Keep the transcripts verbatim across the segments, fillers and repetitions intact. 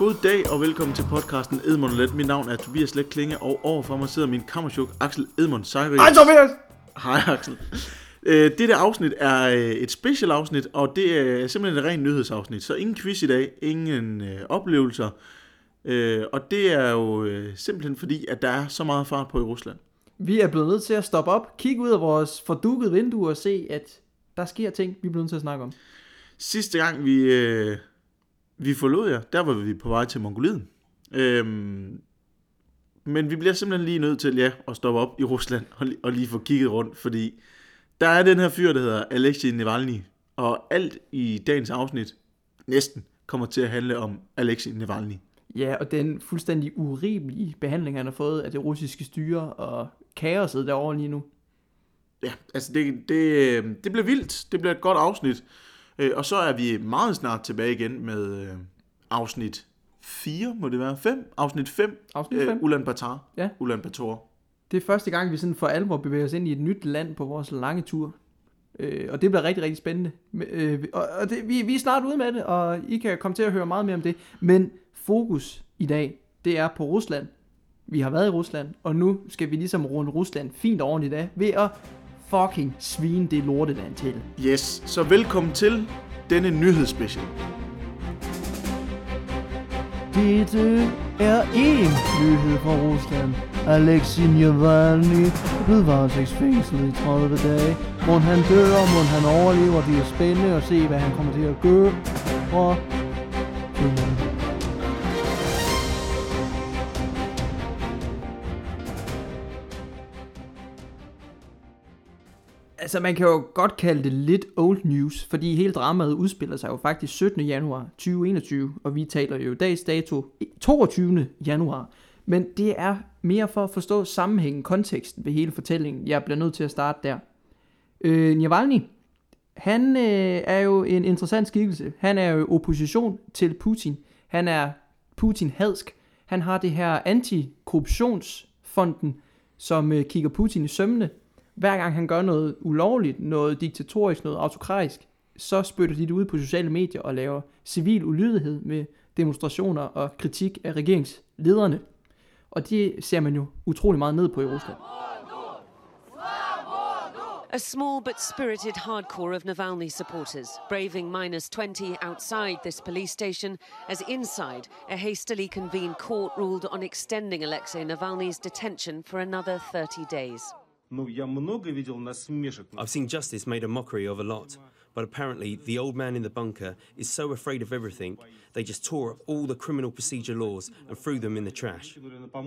God dag og velkommen til podcasten Edmund og Let. Mit navn er Tobias Let Klinge, og overfor mig sidder min kammerchuk Axel Edmund Sejri. Hej Tobias! Hej Axel. Øh, dette afsnit er et special afsnit, og det er simpelthen et rent nyhedsafsnit. Så ingen quiz i dag, ingen øh, oplevelser. Øh, og det er jo øh, simpelthen fordi, at der er så meget fart på i Rusland. Vi er blevet nødt til at stoppe op, kigge ud af vores fordukket vindue og se, at der sker ting, vi er blevet nødt til at snakke om. Sidste gang vi, øh, vi forlod jer, der var vi på vej til Mongoliet. Øhm, men vi bliver simpelthen lige nødt til ja, at stoppe op i Rusland og, og lige få kigget rundt, fordi der er den her fyr, der hedder Alexei Navalny, og alt i dagens afsnit næsten kommer til at handle om Alexei Navalny. Ja, og den fuldstændig urimelige behandling, han har fået af det russiske styre og kaoset derovre lige nu. Ja, altså det, det, det bliver vildt. Det bliver et godt afsnit. Og så er vi meget snart tilbage igen med afsnit fire, må det være? fem? Afsnit fem. Afsnit fem. Uh, Ulaanbaatar. Ja. Ulaanbaatar. Det er første gang, vi sådan for alvor bevæger os ind i et nyt land på vores lange tur. Øh, og det bliver rigtig, rigtig spændende. Øh, og og det, vi, vi er snart ude med det, og I kan komme til at høre meget mere om det. Men fokus i dag, det er på Rusland. Vi har været i Rusland, og nu skal vi ligesom runde Rusland fint ordentligt af ved at fucking svine det lorteland til. Yes, så velkommen til denne nyhedsspecial. Dette er en nyhed fra Rusland. Alexei Navalny blev varetægtsfængslet i tredive dage. Må han dør, må han overlever, det er spændende at se, hvad han kommer til at gøre. Og altså man kan jo godt kalde det lidt old news, fordi hele dramaet udspiller sig jo faktisk syttende januar tyve enogtyve, og vi taler jo dags dato toogtyvende januar. Men det er mere for at forstå sammenhængen, konteksten ved hele fortællingen. Jeg bliver nødt til at starte der. Øh, Navalny, han øh, er jo en interessant skikkelse. Han er jo opposition til Putin. Han er Putin-hadsk. Han har det her antikorruptionsfonden, som øh, kigger Putin i sømmene. Hver gang han gør noget ulovligt, noget diktatorisk, noget autokratisk, så spytter de det ud på sociale medier og laver civil ulydighed med demonstrationer og kritik af regeringslederne. Og det ser man jo utrolig meget ned på i Rusland. A small but spirited hardcore of Navalny supporters, braving minus twenty outside this police station, as inside a hastily convened court ruled on extending Alexei Navalny's detention for another thirty days. I've seen justice made a mockery of a lot, but apparently the old man in the bunker is so afraid of everything, they just tore up all the criminal procedure laws and threw them in the trash.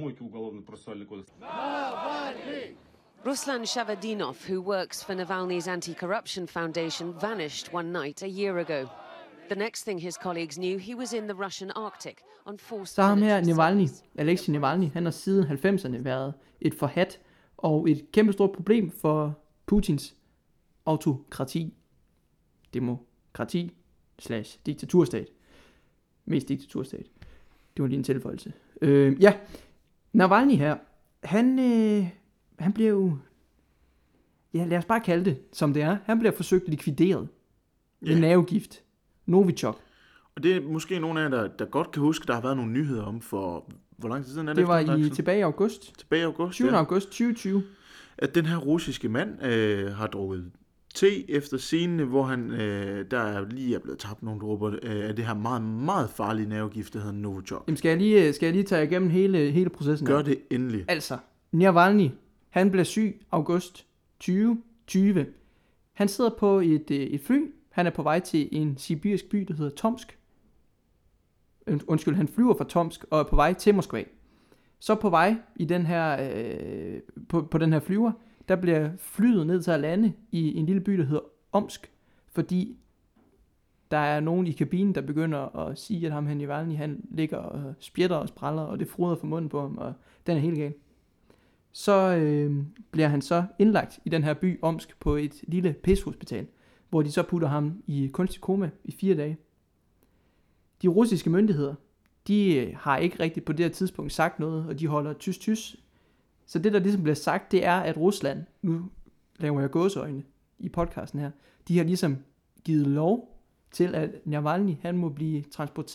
Ruslan Shavadinov, who works for Navalny's anti-corruption foundation, vanished one night a year ago. The next thing his colleagues knew, he was in the Russian Arctic on forced Så ham her, military Navalny, service. Alexei Navalny, han har siden halvfemserne været et forhat og et kæmpestort problem for Putins autokrati, demokrati slash diktaturstat. Mest diktaturstat. Det var lige en tilføjelse. Øh, ja, Navalny her, han, øh, han bliver jo, ja lad os bare kalde det, som det er. Han bliver forsøgt likvideret med Ja. nervegift. Novichok. Og det er måske nogle af jer, der, der godt kan huske, der har været nogle nyheder om for, hvor lang tid siden er det? Det var efter, i Axel? tilbage i august. Tilbage i august, tyvende ja. august tyve tyve. At den her russiske mand øh, har drukket te efter scenene, hvor han øh, der er lige er blevet tabt nogle dråber øh, af det her meget, meget farlige nervegift, der hedder Novichok. Jamen skal jeg lige, skal jeg lige tage igennem hele, hele processen? Gør her? det endelig. Altså, Navalny, han blev syg august tyve tyve. Han sidder på et, et fly. Han er på vej til en sibirisk by, der hedder Tomsk. Undskyld, han flyver fra Tomsk og er på vej til Moskva. Så på vej i den her, øh, på, på den her flyver, der bliver flyet ned til at lande i en lille by, der hedder Omsk, fordi der er nogen i kabinen, der begynder at sige, at ham her Navalny, han ligger og spjætter og spræller, og det froder fra munden på ham, og den er helt gal. Så øh, bliver han så indlagt i den her by Omsk på et lille pishospital, hvor de så putter ham i kunstig koma i fire dage. De russiske myndigheder, de har ikke rigtigt på det her tidspunkt sagt noget, og de holder tys-tys. Så det, der ligesom bliver sagt, det er, at Rusland, nu laver jeg gåseøjne i podcasten her, de har ligesom givet lov til, at Navalny, han må blive transporteret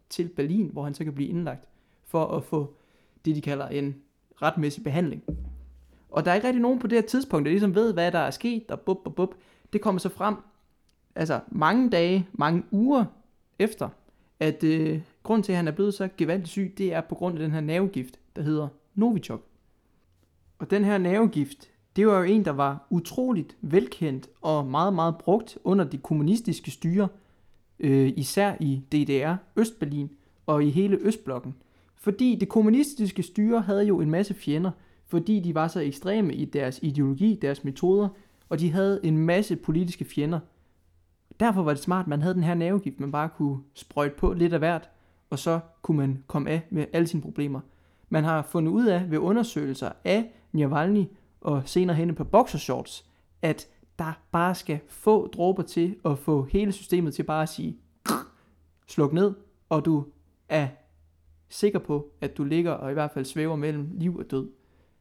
til Berlin, hvor han så kan blive indlagt for at få det, de kalder en retmæssig behandling. Og der er ikke rigtig nogen på det her tidspunkt, der ligesom ved, hvad der er sket, og bup, bup, bup. Det kommer så frem, altså mange dage, mange uger efter, at øh, grund til, at han er blevet så gevaldigt syg, det er på grund af den her nervegift, der hedder Novichok. Og den her nervegift, det var jo en, der var utroligt velkendt og meget, meget brugt under det kommunistiske styre, øh, især i D D R, Østberlin og i hele Østblokken. Fordi det kommunistiske styre havde jo en masse fjender, fordi de var så ekstreme i deres ideologi, deres metoder, og de havde en masse politiske fjender. Derfor var det smart, at man havde den her nervegift, man bare kunne sprøjte på lidt af hvert, og så kunne man komme af med alle sine problemer. Man har fundet ud af ved undersøgelser af Navalny og senere hen på boxershorts, at der bare skal få dråber til at få hele systemet til bare at sige sluk ned, og du er sikker på, at du ligger og i hvert fald svæver mellem liv og død.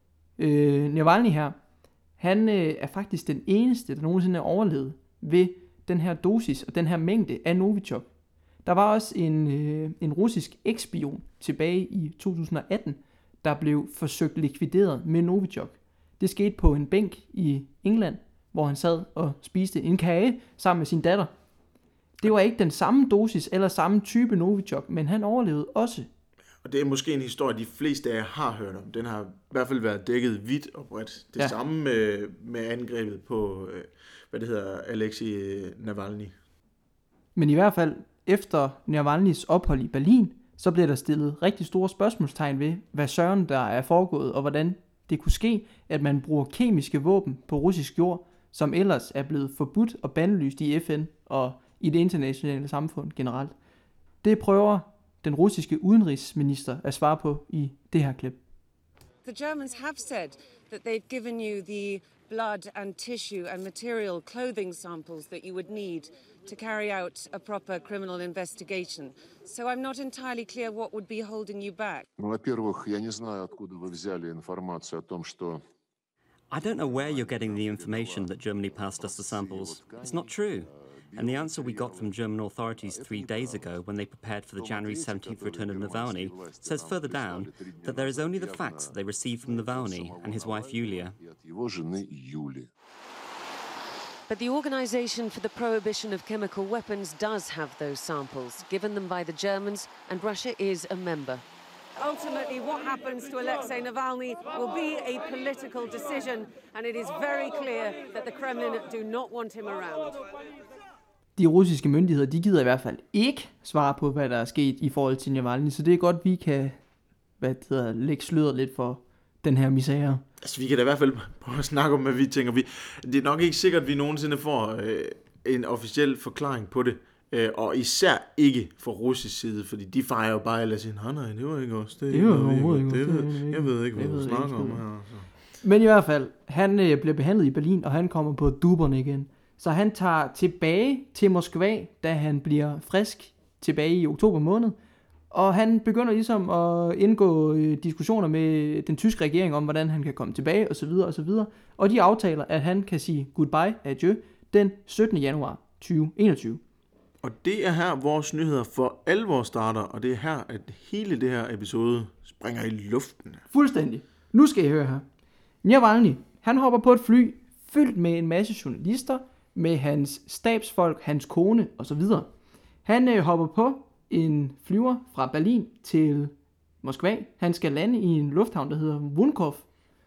Øh, Navalny her, han øh, er faktisk den eneste, der nogensinde er overlevet ved den her dosis og den her mængde af Novichok. Der var også en, øh, en russisk ekspion tilbage i to tusind og atten, der blev forsøgt likvideret med Novichok. Det skete på en bænk i England, hvor han sad og spiste en kage sammen med sin datter. Det var ikke den samme dosis eller samme type Novichok, men han overlevede også. Og det er måske en historie, de fleste af jer har hørt om. Den har i hvert fald været dækket vidt og bredt. Det ja. samme med, med angrebet på, hvad det hedder, Alexei Navalny. Men i hvert fald, efter Navalnys ophold i Berlin, så blev der stillet rigtig store spørgsmålstegn ved, hvad søren der er foregået, og hvordan det kunne ske, at man bruger kemiske våben på russisk jord, som ellers er blevet forbudt og bandlyst i F N og i det internationale samfund generelt. Det prøver den russiske udenrigsminister at svare på i det her klip. The Germans have said that they've given you the blood and tissue and material clothing samples that you would need to carry out a proper criminal investigation. So I'm not entirely clear what would be holding you back. Ну, во-первых, я не знаю, откуда вы взяли информацию о том, что I don't know where you're getting the information that Germany passed us the samples. It's not true. And the answer we got from German authorities three days ago when they prepared for the January seventeenth return of Navalny says further down that there is only the facts they received from Navalny and his wife Yulia. But the Organization for the Prohibition of Chemical Weapons does have those samples, given them by the Germans, and Russia is a member. Ultimately, what happens to Alexei Navalny will be a political decision, and it is very clear that the Kremlin do not want him around. De russiske myndigheder, de gider i hvert fald ikke svare på, hvad der er sket i forhold til Navalny, så det er godt, vi kan hvad det hedder, lægge sløret lidt for den her misære. Altså, vi kan da i hvert fald prøve at snakke om, hvad vi tænker. Vi, det er nok ikke sikkert, at vi nogensinde får øh, en officiel forklaring på det, øh, og især ikke fra russisk side, fordi de fejrer jo bare eller siger, nej, det var ikke os. Det, det var overhovedet ikke det, det, jeg ved ikke, hvad du snakker om her. Så. Men i hvert fald, han øh, bliver behandlet i Berlin, og han kommer på duberne igen. Så han tager tilbage til Moskva, da han bliver frisk tilbage i oktober måned. Og han begynder ligesom at indgå øh, diskussioner med den tyske regering om, hvordan han kan komme tilbage osv. osv. Og de aftaler, at han kan sige goodbye, adieu, den syttende januar tyve enogtyve. Og det er her, vores nyheder for alvor starter, og det er her, at hele det her episode springer i luften. Fuldstændig. Nu skal I høre her. Navalny, han hopper på et fly fyldt med en masse journalister, med hans stabsfolk, hans kone osv. Han øh, hopper på en flyver fra Berlin til Moskva. Han skal lande i en lufthavn, der hedder Vnukovo.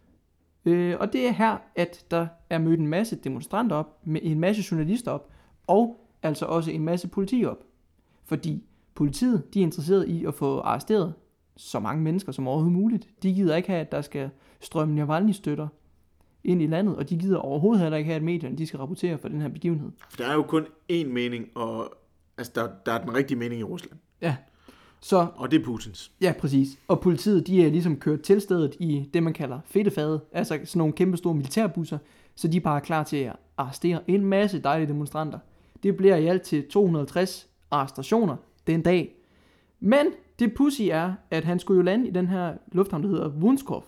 Øh, og det er her, at der er mødt en masse demonstranter op, med en masse journalister op, og altså også en masse politi op. Fordi politiet, de er interesseret i at få arresteret så mange mennesker som overhovedet muligt. De gider ikke have, at der skal strømme Navalny-støtter ind i landet, og de gider overhovedet heller ikke have, at medierne de skal rapportere for den her begivenhed. Der er jo kun én mening, og altså, der, der er den rigtige mening i Rusland. Ja. Så, og det er Putins. Ja, præcis. Og politiet, de er ligesom kørt til stedet i det, man kalder fedtefade, altså sådan nogle kæmpe store militærbusser, så de er bare klar til at arrestere en masse dejlige demonstranter. Det bliver i alt til to hundrede og halvtreds arrestationer den dag. Men det pudsige er, at han skulle jo lande i den her lufthavn, der hedder Vnukovo,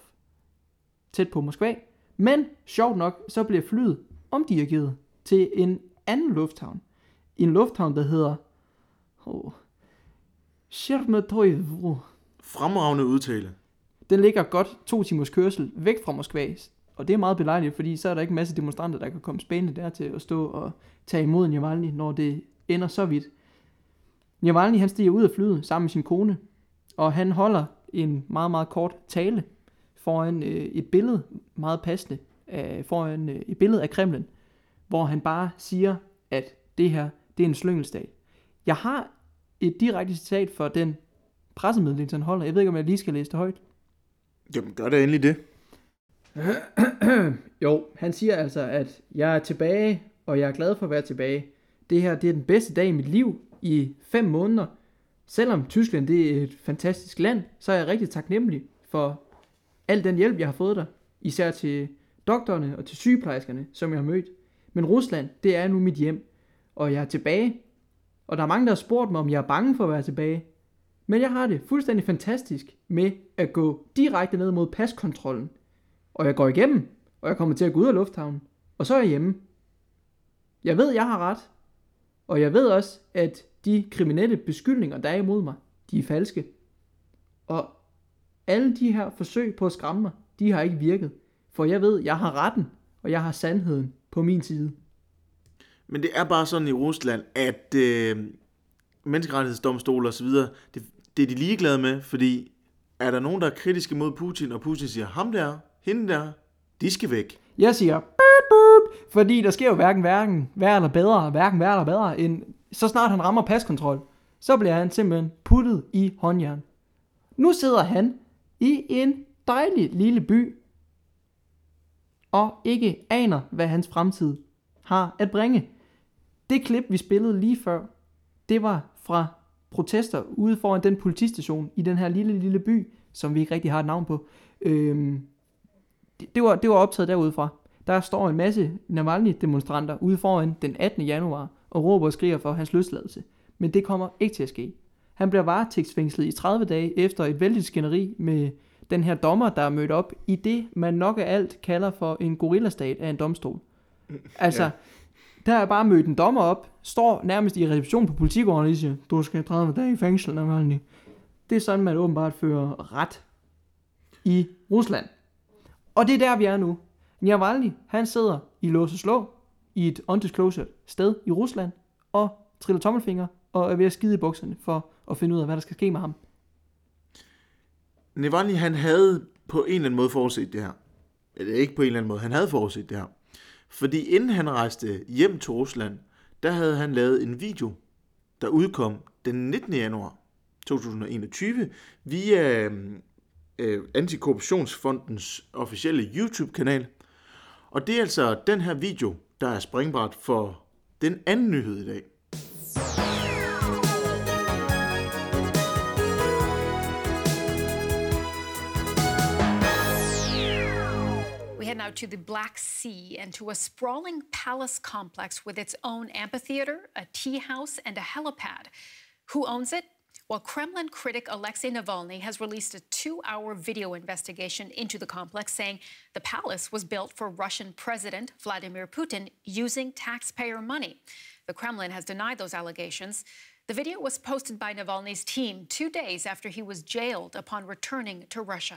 tæt på Moskva. Men sjovt nok, så bliver flyet omdirigeret til en anden lufthavn. En lufthavn, der hedder oh, Shermetoyevo. Fremragende udtale. Den ligger godt to timers kørsel væk fra Moskva. Og det er meget belejligt, fordi så er der ikke en masse demonstranter, der kan komme spændende der til at stå og tage imod Navalny, når det ender så vidt. Navalny han stiger ud af flyet sammen med sin kone, og han holder en meget, meget kort tale foran øh, et billede, meget passende, øh, foran øh, et billede af Kremlen, hvor han bare siger, at det her, det er en slyngelstat. Jeg har et direkte citat for den pressemeddelelse, han holder. Jeg ved ikke, om jeg lige skal læse det højt. Jamen, gør det endelig det. Jo, han siger altså, at jeg er tilbage, og jeg er glad for at være tilbage. Det her, det er den bedste dag i mit liv i fem måneder. Selvom Tyskland, det er et fantastisk land, så er jeg rigtig taknemmelig for al den hjælp, jeg har fået der. Især til doktorerne og til sygeplejerskerne, som jeg har mødt. Men Rusland, det er nu mit hjem, og jeg er tilbage. Og der er mange, der har spurgt mig, om jeg er bange for at være tilbage. Men jeg har det fuldstændig fantastisk med at gå direkte ned mod paskontrollen. Og jeg går igennem, og jeg kommer til at gå ud af lufthavnen. Og så er jeg hjemme. Jeg ved, jeg har ret. Og jeg ved også, at de kriminelle beskyldninger, der er imod mig, de er falske. Og alle de her forsøg på at skræmme mig, de har ikke virket. For jeg ved, jeg har retten, og jeg har sandheden på min side. Men det er bare sådan i Rusland, at øh, menneskerettighedsdomstol og så videre, det, det er de ligeglade med, fordi er der nogen, der er kritiske mod Putin, og Putin siger, ham der, hende der, de skal væk. Jeg siger, burp, burp, fordi der sker jo hverken, hverken værre eller bedre, hverken værre eller bedre, end så snart han rammer paskontrol, så bliver han simpelthen puttet i håndjern. Nu sidder han i en dejlig lille by, og ikke aner, hvad hans fremtid har at bringe. Det klip, vi spillede lige før, det var fra protester ude foran den politistation i den her lille, lille by, som vi ikke rigtig har et navn på. Øhm, det, det, var, det var optaget derudefra. Der står en masse Navalny-demonstranter ude foran den attende januar og råber og skriger for hans løsladelse. Men det kommer ikke til at ske. Han bliver varetægtsfængslet i tredive dage efter et vældigt skænderi med den her dommer, der er mødt op i det, man nok af alt kalder for en gorillastat af en domstol. Altså, ja. Der er bare mødt en dommer op, står nærmest i reception på politigården og siger, du skal tredive dage i fængsel, Navalny. Det er sådan, man åbenbart fører ret i Rusland. Og det er der, vi er nu. Navalny, han sidder i lås og slå i et undisclosed sted i Rusland og triller tommelfinger og er ved at skide i bukserne for at finde ud af, hvad der skal ske med ham. Navalny, han havde på en eller anden måde forudset det her. Eller ikke på en eller anden måde, han havde forudset det her. Fordi inden han rejste hjem til Rusland, der havde han lavet en video, der udkom den nittende januar to tusind og enogtyve via øh, Antikorruptionsfondens officielle YouTube-kanal. Og det er altså den her video, der er springbræt for den anden nyhed i dag. Now to the Black Sea and to a sprawling palace complex with its own amphitheater, a tea house, and a helipad. Who owns it? Well, Kremlin critic Alexei Navalny has released a two-hour video investigation into the complex, saying the palace was built for Russian President Vladimir Putin using taxpayer money. The Kremlin has denied those allegations. The video was posted by Navalny's team two days after he was jailed upon returning to Russia.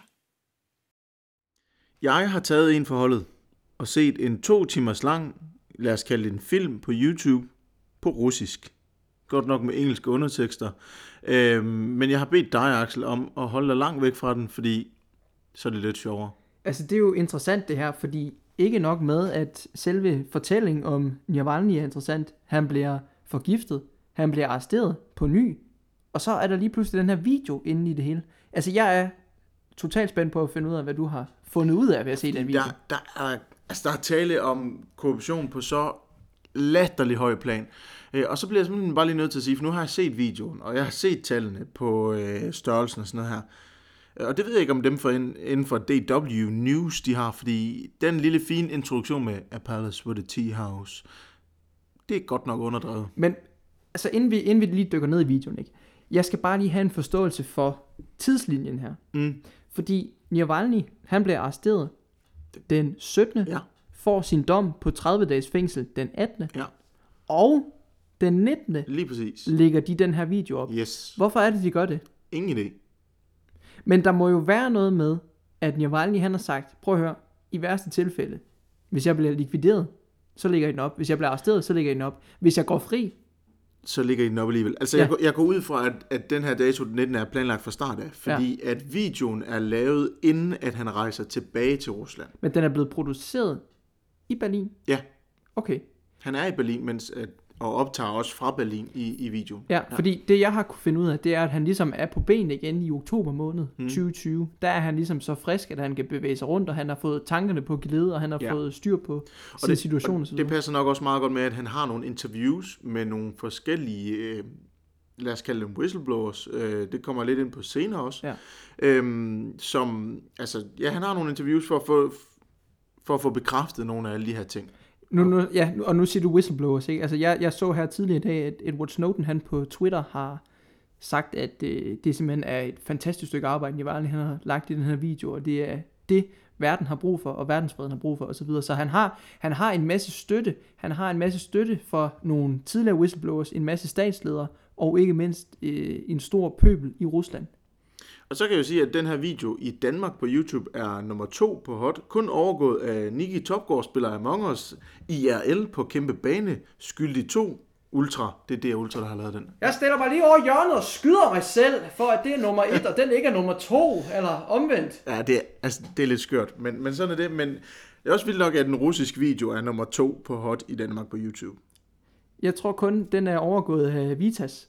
Jeg har taget en for holdet og set en to timers lang, lad os kalde det en film på YouTube på russisk. Godt nok med engelske undertekster. Øhm, men jeg har bedt dig, Axel, om at holde dig langt væk fra den, fordi så er det lidt sjovere. Altså det er jo interessant det her, fordi ikke nok med, at selve fortællingen om Navalny er interessant. Han bliver forgiftet, han bliver arresteret på ny, og så er der lige pludselig den her video inde i det hele. Altså jeg er totalt spændt på at finde ud af, hvad du har fundet ud af ved at se den video. Der, der, er, altså der er tale om korruption på så latterlig høj plan. Øh, og så bliver jeg simpelthen bare lige nødt til at sige, for nu har jeg set videoen, og jeg har set tallene på øh, størrelsen og sådan noget her. Og det ved jeg ikke, om dem for inden for D W News, de har, fordi den lille fine introduktion med A Palace with a Tea House, det er godt nok underdrevet. Men altså inden vi, inden vi lige dykker ned i videoen, ikke? Jeg skal bare lige have en forståelse for tidslinjen her. Mm. Fordi Navalny, han bliver arresteret den syttende Ja. får sin dom på tredive dages fængsel den attende Ja. Og Den nittende Lige præcis. lægger de den her video op. Yes. Hvorfor er det, de gør det? Ingen idé. Men der må jo være noget med, at Navalny han har sagt, prøv at høre, i værste tilfælde, hvis jeg bliver likvideret, så lægger I den op. Hvis jeg bliver arresteret, så lægger I den op. Hvis jeg går fri, Så ligger I den op alligevel. Altså, Ja. jeg, går, jeg går ud fra, at, at den her dato, den nittende er planlagt fra start af, fordi ja. at videoen er lavet, inden at han rejser tilbage til Rusland. men den er blevet produceret i Berlin. Ja, Okay. han er i Berlin, mens at, og optager også fra Berlin i, i videoen. Ja, ja, fordi det jeg har kunne finde ud af, det er, at han ligesom er på ben igen i oktober måned Mm. tyve tyve. Der er han ligesom så frisk, at han kan bevæge sig rundt, og han har fået tankerne på glæde, og han har Ja. fået styr på Og sin det, situation. Og og så det videre. passer nok også meget godt med, at han har nogle interviews med nogle forskellige, øh, lad os kalde dem whistleblowers, øh, det kommer lidt ind på senere også, Ja. øhm, som, altså, ja, han har nogle interviews for at få, for at få bekræftet nogle af alle de her ting. Nu, nu, ja, og nu siger du whistleblowers, ikke? Altså, jeg, jeg så her tidligere i dag, at Edward Snowden, han på Twitter har sagt, at øh, det simpelthen er et fantastisk stykke arbejde, Navalny han har lagt i den her video, og det er det, verden har brug for, og verdensfreden har brug for, osv. Så, så han har, han har en masse støtte. Han har en masse støtte for nogle tidligere whistleblowers, en masse statsledere, og ikke mindst øh, en stor pøbel i Rusland. Og så kan jeg jo sige, at den her video i Danmark på YouTube er nummer to på hot, kun overgået af Nikki Topgaard, spiller Among Us, I R L på kæmpe bane, skyldig to, Ultra, det er det Ultra, der har lavet den. Jeg stiller mig lige over hjørnet og skyder mig selv, for at det er nummer et, og den ikke er nummer to, eller omvendt. Ja, det er, altså, det er lidt skørt, men, men sådan er det. Men det er også vildt nok, at den russiske video er nummer to på hot i Danmark på YouTube. Jeg tror kun, den er overgået af Vitas.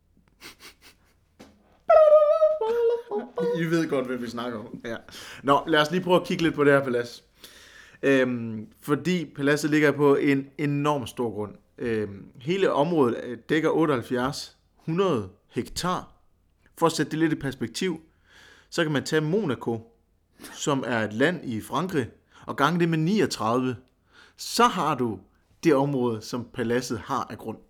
I ved godt, hvad vi snakker om. Ja. Nå, lad os lige prøve at kigge lidt på det her palads. Øhm, fordi paladset ligger på en enorm stor grund. Øhm, hele området dækker otteoghalvfjerds hundrede hektar. For at sætte det lidt i perspektiv, så kan man tage Monaco, som er et land i Frankrig, og gange det med niogtredive. Så har du det område, som paladset har af grund.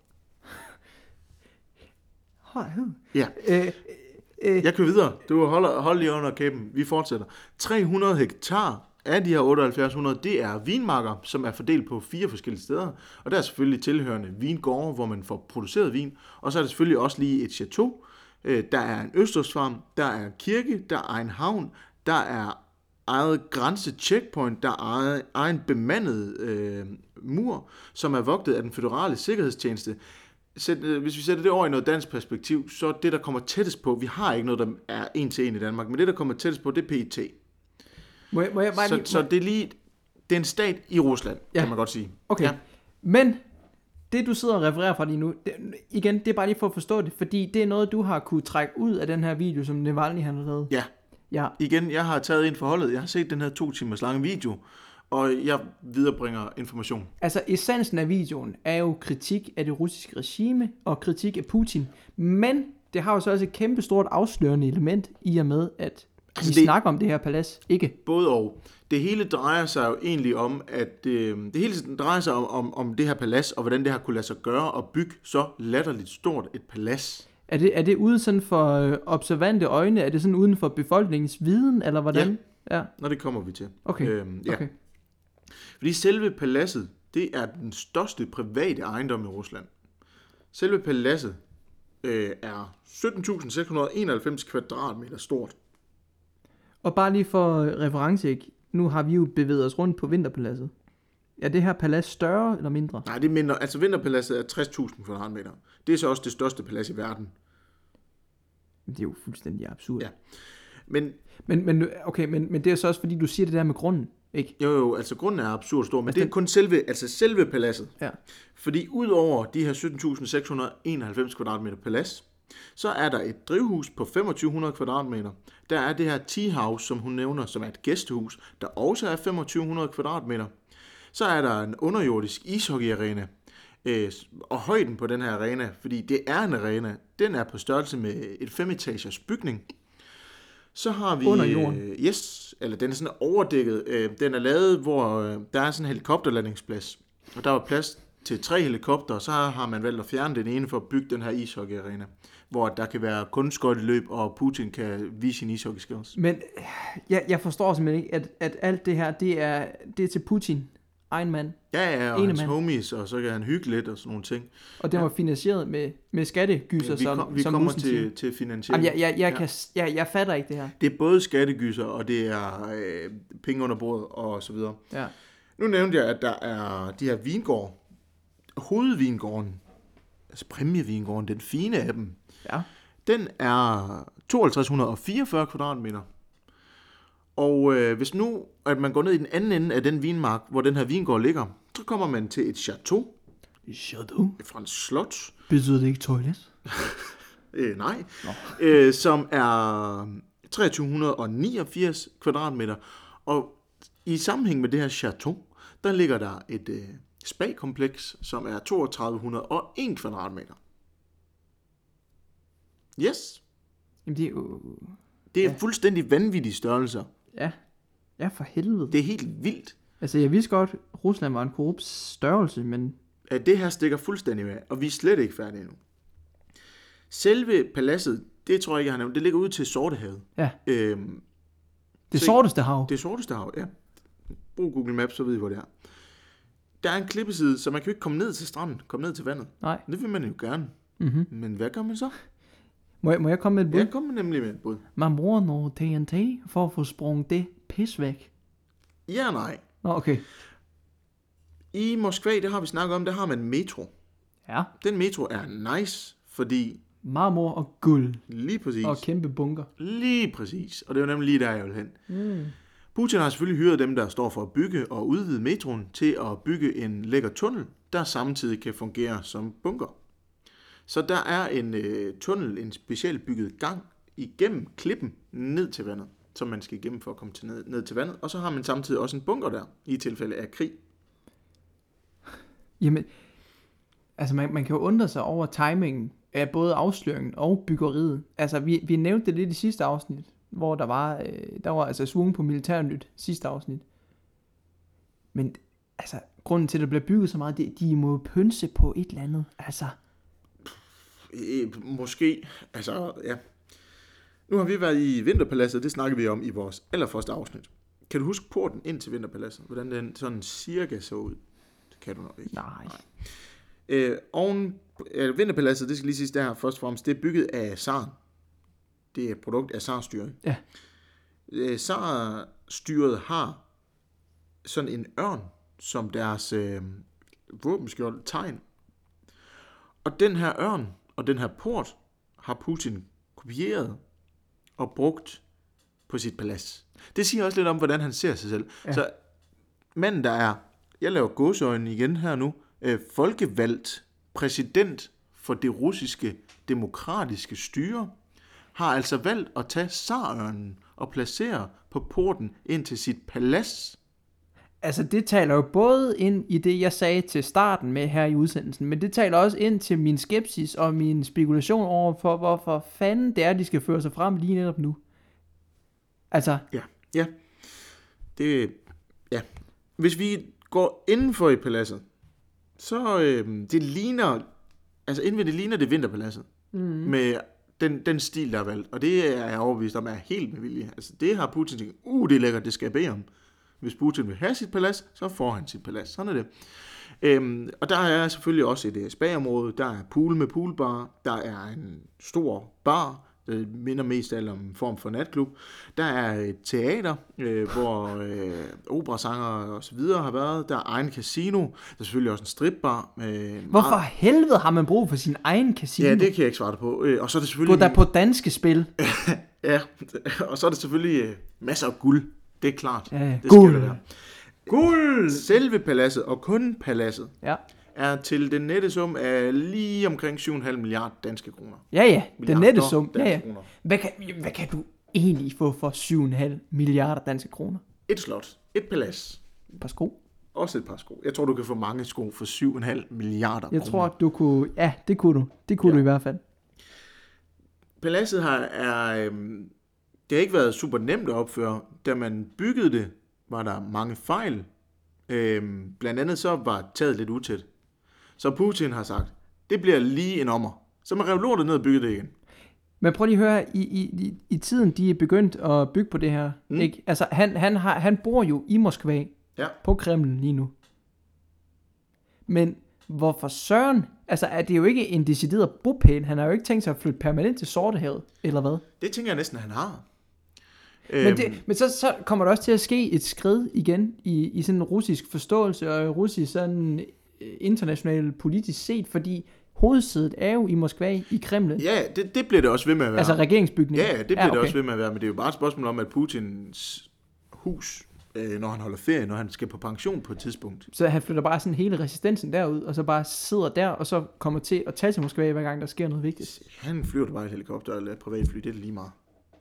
Ja. Øh, øh, Jeg kører videre. Du holder hold lige under kæben. Vi fortsætter. tre hundrede hektar af de her otteoghalvfjerds hundrede, det er vinmarker, som er fordelt på fire forskellige steder. Og der er selvfølgelig tilhørende vingårde, hvor man får produceret vin. Og så er der selvfølgelig også lige et chateau. Der er en østersfarm, der er en kirke, der er en havn, der er eget grænse-checkpoint, der er eget, egen bemandet øh, mur, som er vogtet af den føderale sikkerhedstjeneste. Sæt, hvis vi sætter det over i noget dansk perspektiv, så det, der kommer tættest på, vi har ikke noget, der er en til en i Danmark, men det, der kommer tættest på, det er P E T. må jeg, må jeg bare Så, lige, så det er lige, det er en stat i Rusland, Ja. kan man godt sige. Okay, Ja. men det du sidder og refererer fra lige nu, det, igen, det er bare lige for at forstå det, fordi det er noget, du har kunne trække ud af den her video, som Navalny han har lavet. Ja, Ja, igen, jeg har taget ind forholdet, jeg har set den her to timers lange video, og jeg viderebringer information. altså essensen af videoen er jo kritik af det russiske regime og kritik af Putin, men det har jo så også et kæmpe stort afslørende element i og med, at Altså, altså vi det- snakker om det her palads, ikke? Både og. Det hele drejer sig jo egentlig om, at øh, det hele drejer sig om, om, om det her palads, og hvordan det har kunne lade sig gøre at bygge så latterligt stort et palads. Er det, er det ude sådan for øh, observante øjne? Er det sådan uden for befolkningens viden, eller hvordan? Ja. ja. Når det kommer vi til. Okay, Øhm, ja. okay. Fordi selve paladset, det er den største private ejendom i Rusland. Selve paladset øh, er sytten tusind seks hundrede og enoghalvfems kvadratmeter stort. Og bare lige for øh, reference, ikke? Nu har vi jo bevæget os rundt på Vinterpaladset. Er det her palads større eller mindre? Nej, det er mindre. Altså Vinterpaladset er tres tusind kvadratmeter. Det er så også det største palads i verden. Det er jo fuldstændig absurd. Ja. Men Men, men, okay, men, men det er så også fordi, du siger det der med grunden, ikke? jo, jo, altså grunden er absurd stor, men Altså, det er den- kun selve, altså selve paladset. Ja. Fordi udover de her sytten tusind seks hundrede og enoghalvfems kvadratmeter palads, så er der et drivhus på femogtyve hundrede kvadratmeter. Der er det her tea house, som hun nævner, som er et gæstehus, der også er femogtyve hundrede kvadratmeter. Så er der en underjordisk ishockeyarena. Øh, og højden på den her arena, fordi det er en arena, den er på størrelse med et femetagers bygning. Så har vi... Under jorden? Øh, yes, eller den er sådan overdækket. Øh, den er lavet, hvor øh, der er sådan en helikopterlandingsplads. Og der var plads til tre helikopter, så har man valgt at fjerne den ene for at bygge den her ishockeyarena, hvor der kan være kunstskøjteløb, og Putin kan vise sin ishockey skills. Men øh, jeg, jeg forstår simpelthen ikke, at, at alt det her, det er, det er til Putin. egen mand. Ja, ja, og Ene hans mand. homies, og så kan han hygge lidt og sådan nogle ting. Og den var finansieret med, med skattegyser, vi som, kom, vi som kommer Mussen siger. til, til finansiering. Jamen, jeg, jeg, jeg, Ja. kan, jeg, jeg fatter ikke det her. Det er både skattegyser, og det er øh, penge under bordet, og så videre. Ja. Nu nævnte jeg, at der er de her vingård. Hovedvingården, altså præmievingården, den fine af dem, Ja. den er to tusind to hundrede og fireogfyrre kvadratmeter. Og øh, hvis nu, at man går ned i den anden ende af den vinmark, hvor den her vingård ligger, så kommer man til et chateau, Chateau? et fransk slot, Betyder det ikke toilet? øh, nej, øh, som er tre tusind to hundrede og niogfirs kvadratmeter. Og i sammenhæng med det her chateau, der ligger der et øh, spa-kompleks, som er to tusind tre hundrede og en kvadratmeter. Yes, Jamen, det er jo... det er ja. fuldstændig vanvittige størrelser. Ja. Ja, for helvede. Det er helt vildt. Altså, jeg vidste godt, at Rusland var en korrupt størrelse, men... At det her stikker fuldstændig med, og vi er slet ikke færdige endnu. Selve paladset, det tror jeg ikke, jeg har nævnt, det ligger ude til Sortehavet. Ja. Øhm, Det se- sorteste hav. Det sorteste hav, ja. Brug Google Maps, så ved I, hvor det er. Der er en klippeside, så man kan jo ikke komme ned til stranden, komme ned til vandet. Nej. Det vil man jo gerne. Mm-hmm. Men hvad gør man så? Må jeg, må jeg komme med et bud? Jeg kommer nemlig med et bud. Man bruger noget T N T for at få sprunget det pis væk. Ja og nej. Nå, okay. I Moskva, det har vi snakket om, der har man metro. Ja. Den metro er nice, fordi Marmor og guld. lige præcis, Og kæmpe bunker. lige præcis, og det er jo nemlig lige der, jeg vil hen. Mm. Putin har selvfølgelig hyret dem, der står for at bygge og udvide metroen, til at bygge en lækker tunnel, der samtidig kan fungere som bunker. Så der er en øh, tunnel, en specielt bygget gang igennem klippen ned til vandet, som man skal igennem for at komme til ned, ned til vandet. Og så har man samtidig også en bunker der, i tilfælde af krig. Jamen, altså man, man kan jo undre sig over timingen af både afsløringen og byggeriet. Altså, vi, vi nævnte det lidt i sidste afsnit, hvor der var, øh, der var altså svung på militærnyt sidste afsnit. Men altså, grunden til, at der bliver bygget så meget, det, de må pønse på et eller andet. Altså, Øh, måske, altså ja. Nu har vi været i Vinterpaladset, det snakker vi om i vores allerførste afsnit. Kan du huske porten ind til Vinterpaladset? Hvordan den sådan cirka så ud? Det kan du nok ikke. nej. Nej. Øh, oven, øh, Vinterpaladset, det skal lige siges der først og fremmest, det er bygget af Tsaren. Det er et produkt af Tsar-styret. Ja. Øh, Tsar-styret har sådan en ørn, som deres øh, våbenskjold tegn. Og den her ørn og den her port har Putin kopieret og brugt på sit palads. Det siger også lidt om, hvordan han ser sig selv. Ja. Så manden, der er, jeg laver gåseøjne igen her nu, øh, folkevalgt præsident for det russiske demokratiske styre, har altså valgt at tage Tsarørnen og placere på porten ind til sit palads. Altså, det taler jo både ind i det, jeg sagde til starten med her i udsendelsen, men det taler også ind til min skepsis og min spekulation over for, hvorfor fanden det er, de skal føre sig frem lige netop nu. Altså, Ja, ja. Det, ja. Hvis vi går indenfor i paladset, så øh, det ligner, altså indvendigt det ligner det Vinterpaladset, mm. med den, den stil, der er valgt. Og det er jeg overbevist om er helt med vilje. Altså det har Putin tænkt, uh, det er lækkert, det skal jeg bede om. Hvis Putin vil have sit palads, så får han sit palads. Sådan er det. Øhm, og der er selvfølgelig også et spa-område, der er pool med poolbar, der er en stor bar, der minder mest af alt om en form for natklub. Der er et teater, øh, hvor øh, operasanger og så videre har været. Der er egen casino. Der er selvfølgelig også en stripbar. Øh, hvorfor meget... helvede har man brug for sin egen casino? Ja, det kan jeg ikke svare dig på. Øh, og så er det Gå selvfølgelig... der på danske spil. ja, og så er det selvfølgelig øh, masser af guld. Det er klart. Ja, det guld. skal det være. Guld! Selve paladset, og kun paladset, Ja, er til den nette sum af lige omkring syv komma fem milliarder danske kroner. ja, ja. Den Milliarder nette sum. Ja, danske ja. kroner. Hvad kan, hvad kan du egentlig få for syv komma fem milliarder danske kroner? Et slot, et palads, Et par sko. også et par sko. Jeg tror, du kan få mange sko for syv komma fem milliarder Jeg kroner. tror, du kunne... Ja, det kunne du. Det kunne Ja. du i hvert fald. Paladset har, er, øhm, det har ikke været super nemt at opføre. Da man byggede det, var der mange fejl. Øhm, blandt andet så var taget lidt utæt. Så Putin har sagt, det bliver lige en ommer. Så man rev lortet ned og byggede det igen. Men prøv lige at høre, i, i, i, i tiden, de er begyndt at bygge på det her, Mm. ikke? Altså, han, han, har, han bor jo i Moskva, Ja. på Kreml lige nu. Men hvorfor søren? Altså, er det jo ikke en decideret bopæl. Han har jo ikke tænkt sig at flytte permanent til Sortehavet, eller hvad? Det tænker jeg næsten, at han har. Men, det, men så, så kommer der også til at ske et skridt igen i, i sådan en russisk forståelse og russisk sådan international politisk set, fordi hovedsædet er jo i Moskva, i Kreml. Ja, det, det bliver det også ved med at være. Altså regeringsbygningen. Ja, det bliver ja, okay. okay. det også ved med at være, men det er jo bare et spørgsmål om, at Putins hus, øh, når han holder ferie, når han skal på pension på et tidspunkt. Så han flytter bare sådan hele resistensen derud, og så bare sidder der, og så kommer til at tage til Moskva, hver gang der sker noget vigtigt. Han flyver da bare et helikopter eller et privatfly, det er det lige meget.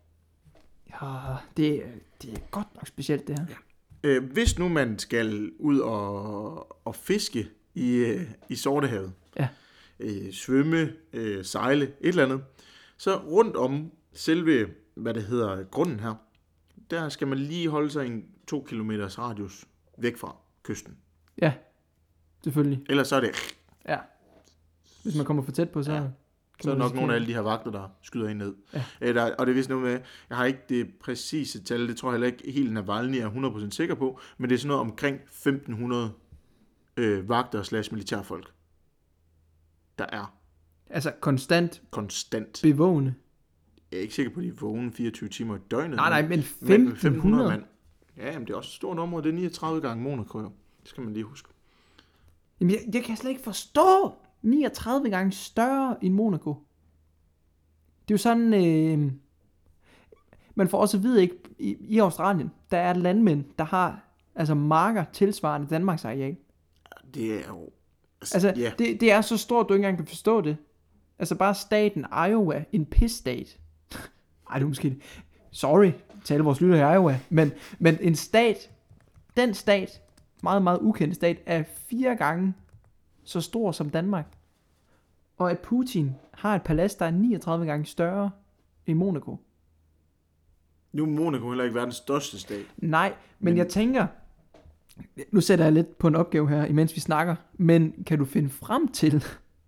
Ja, det, det er godt nok specielt det her. Ja. Øh, hvis nu man skal ud og, og fiske i, øh, i Sortehavet, ja. øh, svømme, øh, sejle, et eller andet, så rundt om selve, hvad det hedder, grunden her, der skal man lige holde sig en to kilometers radius væk fra kysten. Ja, selvfølgelig. Ellers så er det... Ja, hvis man kommer for tæt på, så... Ja. Så er der nok nogle af alle de her vagter, der skyder ind ned. Ja. Æ, der, og det er vist noget med, jeg har ikke det præcise tal, det tror jeg heller ikke helt Navalny er hundrede procent sikker på, men det er sådan noget omkring femten hundrede øh, vagter slash militærfolk, der er. Altså konstant? Konstant. Bevågende? Jeg er ikke sikker på, at de er vågne fireogtyve timer i døgnet. Nej, nej, men femten hundrede mand. Ja, men det er også et stort område, det er niogtredive gange Monaco. Det skal man lige huske. Jamen, jeg, jeg kan slet ikke forstå... niogtredive gange større end Monaco. Det er jo sådan, øh, man får også at vide, ikke, i, i Australien, der er landmænd, der har altså marker tilsvarende Danmarks areal. Det er jo... Altså, altså, yeah. det, det er så stort, du ikke engang kan forstå det. Altså bare staten Iowa, en pisstat. Ej, det er måske... Sorry, tale vores lytter i Iowa. Men, men en stat, den stat, meget, meget ukendt stat, er fire gange så stor som Danmark. Og at Putin har et palads, der er niogtredive gange større end Monaco. Nu er Monaco heller ikke verdens største stat. Nej, men, men jeg tænker, nu sætter jeg lidt på en opgave her, imens vi snakker, men kan du finde frem til,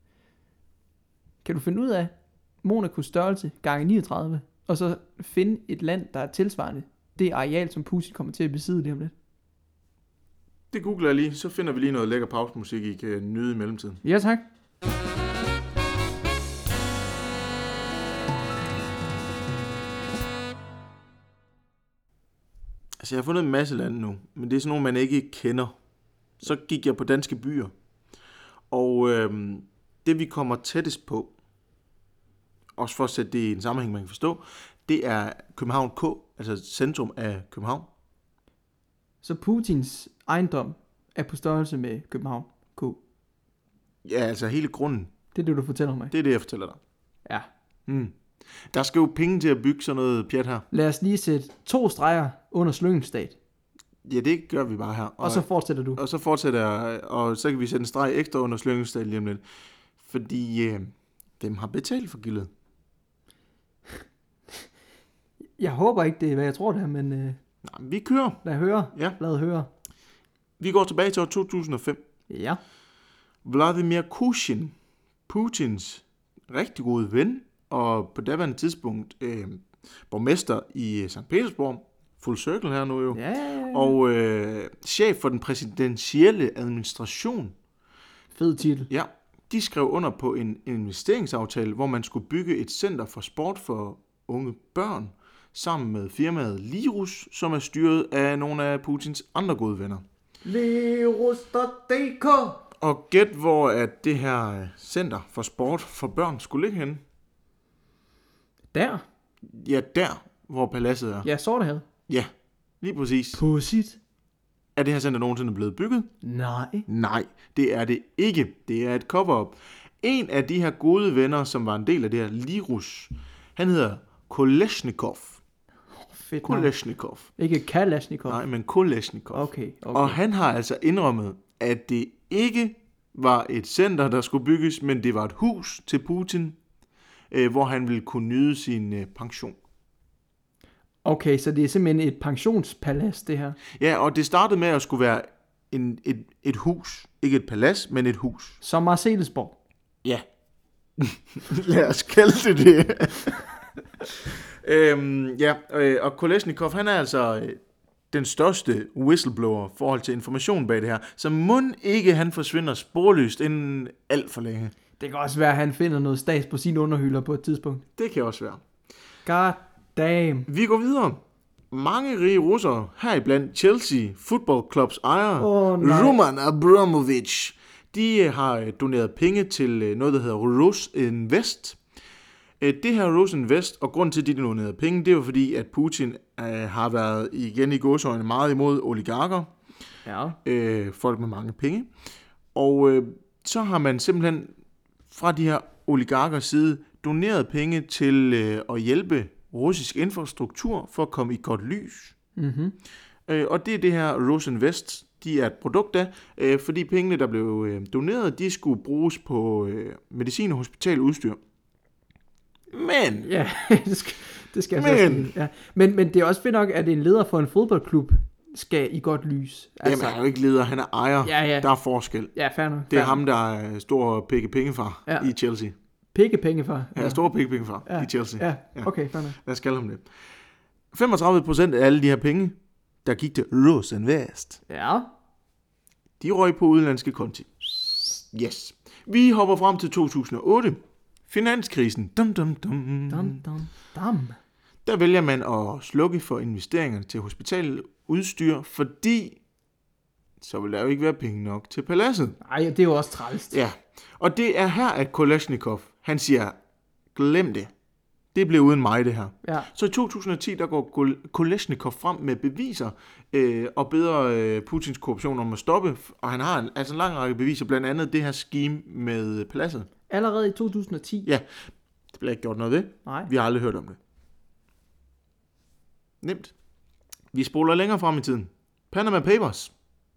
kan du finde ud af Monacos størrelse gange niogtredive, og så finde et land, der er tilsvarende det areal, som Putin kommer til at besidde lige om lidt? Det googler jeg lige, så finder vi lige noget lækker pausemusik, I kan nyde i mellemtiden. Ja, tak. Altså, jeg har fundet en masse lande nu, men det er sådan nogle, man ikke kender. Så gik jeg på danske byer, og øhm, det vi kommer tættest på, også for at sætte det i en sammenhæng, man kan forstå, det er København K, altså centrum af København. Så Putins ejendom er på størrelse med København K? Ja, altså hele grunden. Det er det, du fortæller mig? Det er det, jeg fortæller dig. Ja. Mm. Der skal jo penge til at bygge sådan noget pjat her. Lad os lige sætte to streger under Slyngelstat. Ja, det gør vi bare her. Og, og så fortsætter du. Og så fortsætter jeg, og så kan vi sætte en streg ekstra under Slyngelstat lige om lidt. Fordi øh, dem har betalt for gildet. Jeg håber ikke, det er, hvad jeg tror det er, men... Øh, Nej, vi kører. Lad høre. Ja. Lad høre. Vi går tilbage til år to tusind og fem. Ja. Vladimir Putin, Putins rigtig gode ven, og på daværende tidspunkt øh, borgmester i Sankt Petersborg, full circle her nu jo, ja, ja, ja. og øh, chef for den præsidentielle administration. Fed titel. Ja, de skrev under på en investeringsaftale, hvor man skulle bygge et center for sport for unge børn, sammen med firmaet Lirus, som er styret af nogle af Putins andre gode venner. Lirus punktum d k. Og gæt, hvor at det her center for sport for børn skulle ligge henne? Der? Ja, der, hvor paladset er. Ja, Sortehavet. Ja, lige præcis. Pudsigt. Er det her center nogensinde blevet bygget? Nej. Nej, det er det ikke. Det er et cover-up. En af de her gode venner, som var en del af det her Lirus, han hedder Kolesnikov. Fedt. Kolesnikov. Ikke Kalashnikov. Nej, men Kolesnikov. Okay, okay. Og han har altså indrømmet, at det ikke var et center, der skulle bygges, men det var et hus til Putin, øh, hvor han ville kunne nyde sin øh, pension. Okay, så det er simpelthen et pensionspalads, det her? Ja, og det startede med at skulle være en, et, et hus. Ikke et palads, men et hus. Som Marselisborg? Ja. Lad os kalde det det. øhm, ja, øh, og Kolesnikov, han er altså øh, den største whistleblower i forhold til information bag det her. Så mon ikke han forsvinder sporløst inden alt for længe. Det kan også være, at han finder noget stas på sine underhylder på et tidspunkt. Det kan også være. God damn. Vi går videre. Mange rige russere, heriblandt Chelsea Football Clubs ejer, Åh, nej. Roman Abramovich, de har doneret penge til noget, der hedder Rosinvest. Det her Rosinvest, og grund til, at de donerede penge, det var fordi, at Putin øh, har været igen i gåseøjne meget imod oligarker. Ja. Øh, folk med mange penge. Og øh, så har man simpelthen fra de her oligarkers side doneret penge til øh, at hjælpe russisk infrastruktur for at komme i godt lys. Mm-hmm. Øh, og det er det her Rosinvest, de er et produkt af, øh, fordi pengene, der blev øh, doneret, de skulle bruges på øh, medicin og hospitaludstyr. Men... Ja, det skal, det skal Men- jeg så sige. Ja. Men, men det er også fedt nok, at en leder for en fodboldklub skal i godt lys. Altså, jamen, han er jo ikke leder, han er ejer. Ja, ja. Der er forskel. Ja, fair nok. Det er fair ham, der er stor pikke-pengefar Ja. i Chelsea. Pikkepenge for. Ja, stor pikke-pengefar Ja. i Chelsea. Ja, okay, fair nok. Lad os kalde ham det. femogtredive procent af alle de her penge, der gik til Rosinvest, Ja. de røg på udenlandske konti. Yes. Vi hopper frem til to tusind og otte. Finanskrisen. Dum, dum, dum. Dum, dum, dum. Der vælger man at slukke for investeringerne til hospitaludstyr, fordi så vil der jo ikke være penge nok til paladset. Ej, det er jo også trælst. Ja, og det er her, at Kolesnikov, han siger, glem det. Det blev uden mig, det her. Ja. Så i to tusind og ti, der går Kol- Kolesnikov frem med beviser øh, og beder øh, Putins korruption om at stoppe. Og han har en, altså en lang række beviser, blandt andet det her scheme med paladset. Allerede i to tusind og ti? Ja, det bliver ikke gjort noget ved. Nej. Vi har aldrig hørt om det. Nemt. Vi spoler længere frem i tiden. Panama Papers.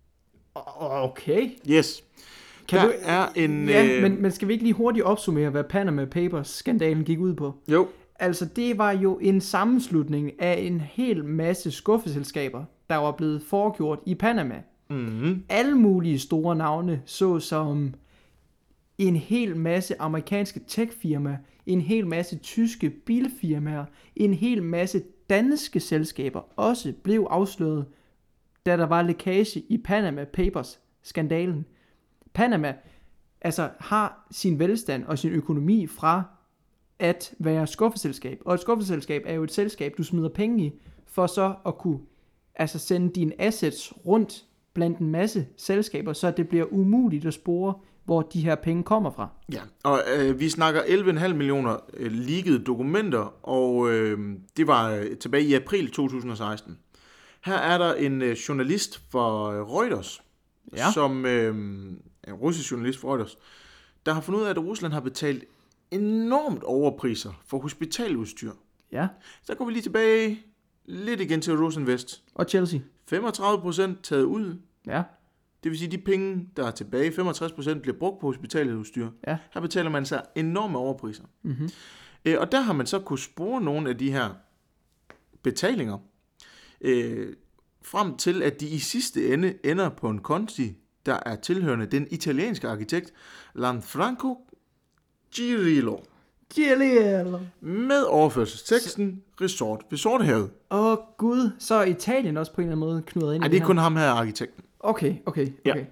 Okay. Yes. Kan der du... er en... Ja, øh, men, men skal vi ikke lige hurtigt opsummere, hvad Panama Papers-skandalen gik ud på? Jo. Altså, det var jo en sammenslutning af en hel masse skuffeselskaber, der var blevet foregjort i Panama. Mm-hmm. Alle mulige store navne, såsom en hel masse amerikanske techfirmaer, en hel masse tyske bilfirmaer, en hel masse danske selskaber også blev afsløret, da der var lækage i Panama Papers-skandalen. Panama altså har sin velstand og sin økonomi fra at være skuffeselskab. Og et skuffeselskab er jo et selskab, du smider penge i, for så at kunne altså sende dine assets rundt blandt en masse selskaber, så det bliver umuligt at spore, hvor de her penge kommer fra. Ja, og øh, vi snakker elleve komma fem millioner øh, leakede dokumenter, og øh, det var øh, tilbage i april to tusind og seksten. Her er der en øh, journalist for øh, Reuters, Ja. som øh, en russisk journalist for Reuters, der har fundet ud af, at Rusland har betalt enormt overpriser for hospitaludstyr. Ja, Så går vi lige tilbage lidt igen til Rosinvest. og Chelsea. femogtredive procent taget ud. Ja, Det vil sige, de penge, der er tilbage, femogtres procent bliver brugt på hospitaludstyr. Ja. Her betaler man så enorme overpriser. mm-hmm. Øh, og der har man så kunne spore nogle af de her betalinger, øh, frem til, at de i sidste ende ender på en konti, der er tilhørende den italienske arkitekt Lanfranco Girillo, Girillo. med overførselsteksten Resort ved Sortehavet. Åh gud, så er Italien også på en eller anden måde knudret ind Ej, i det er her. kun ham her, arkitekten. Okay, okay, Ja. okay.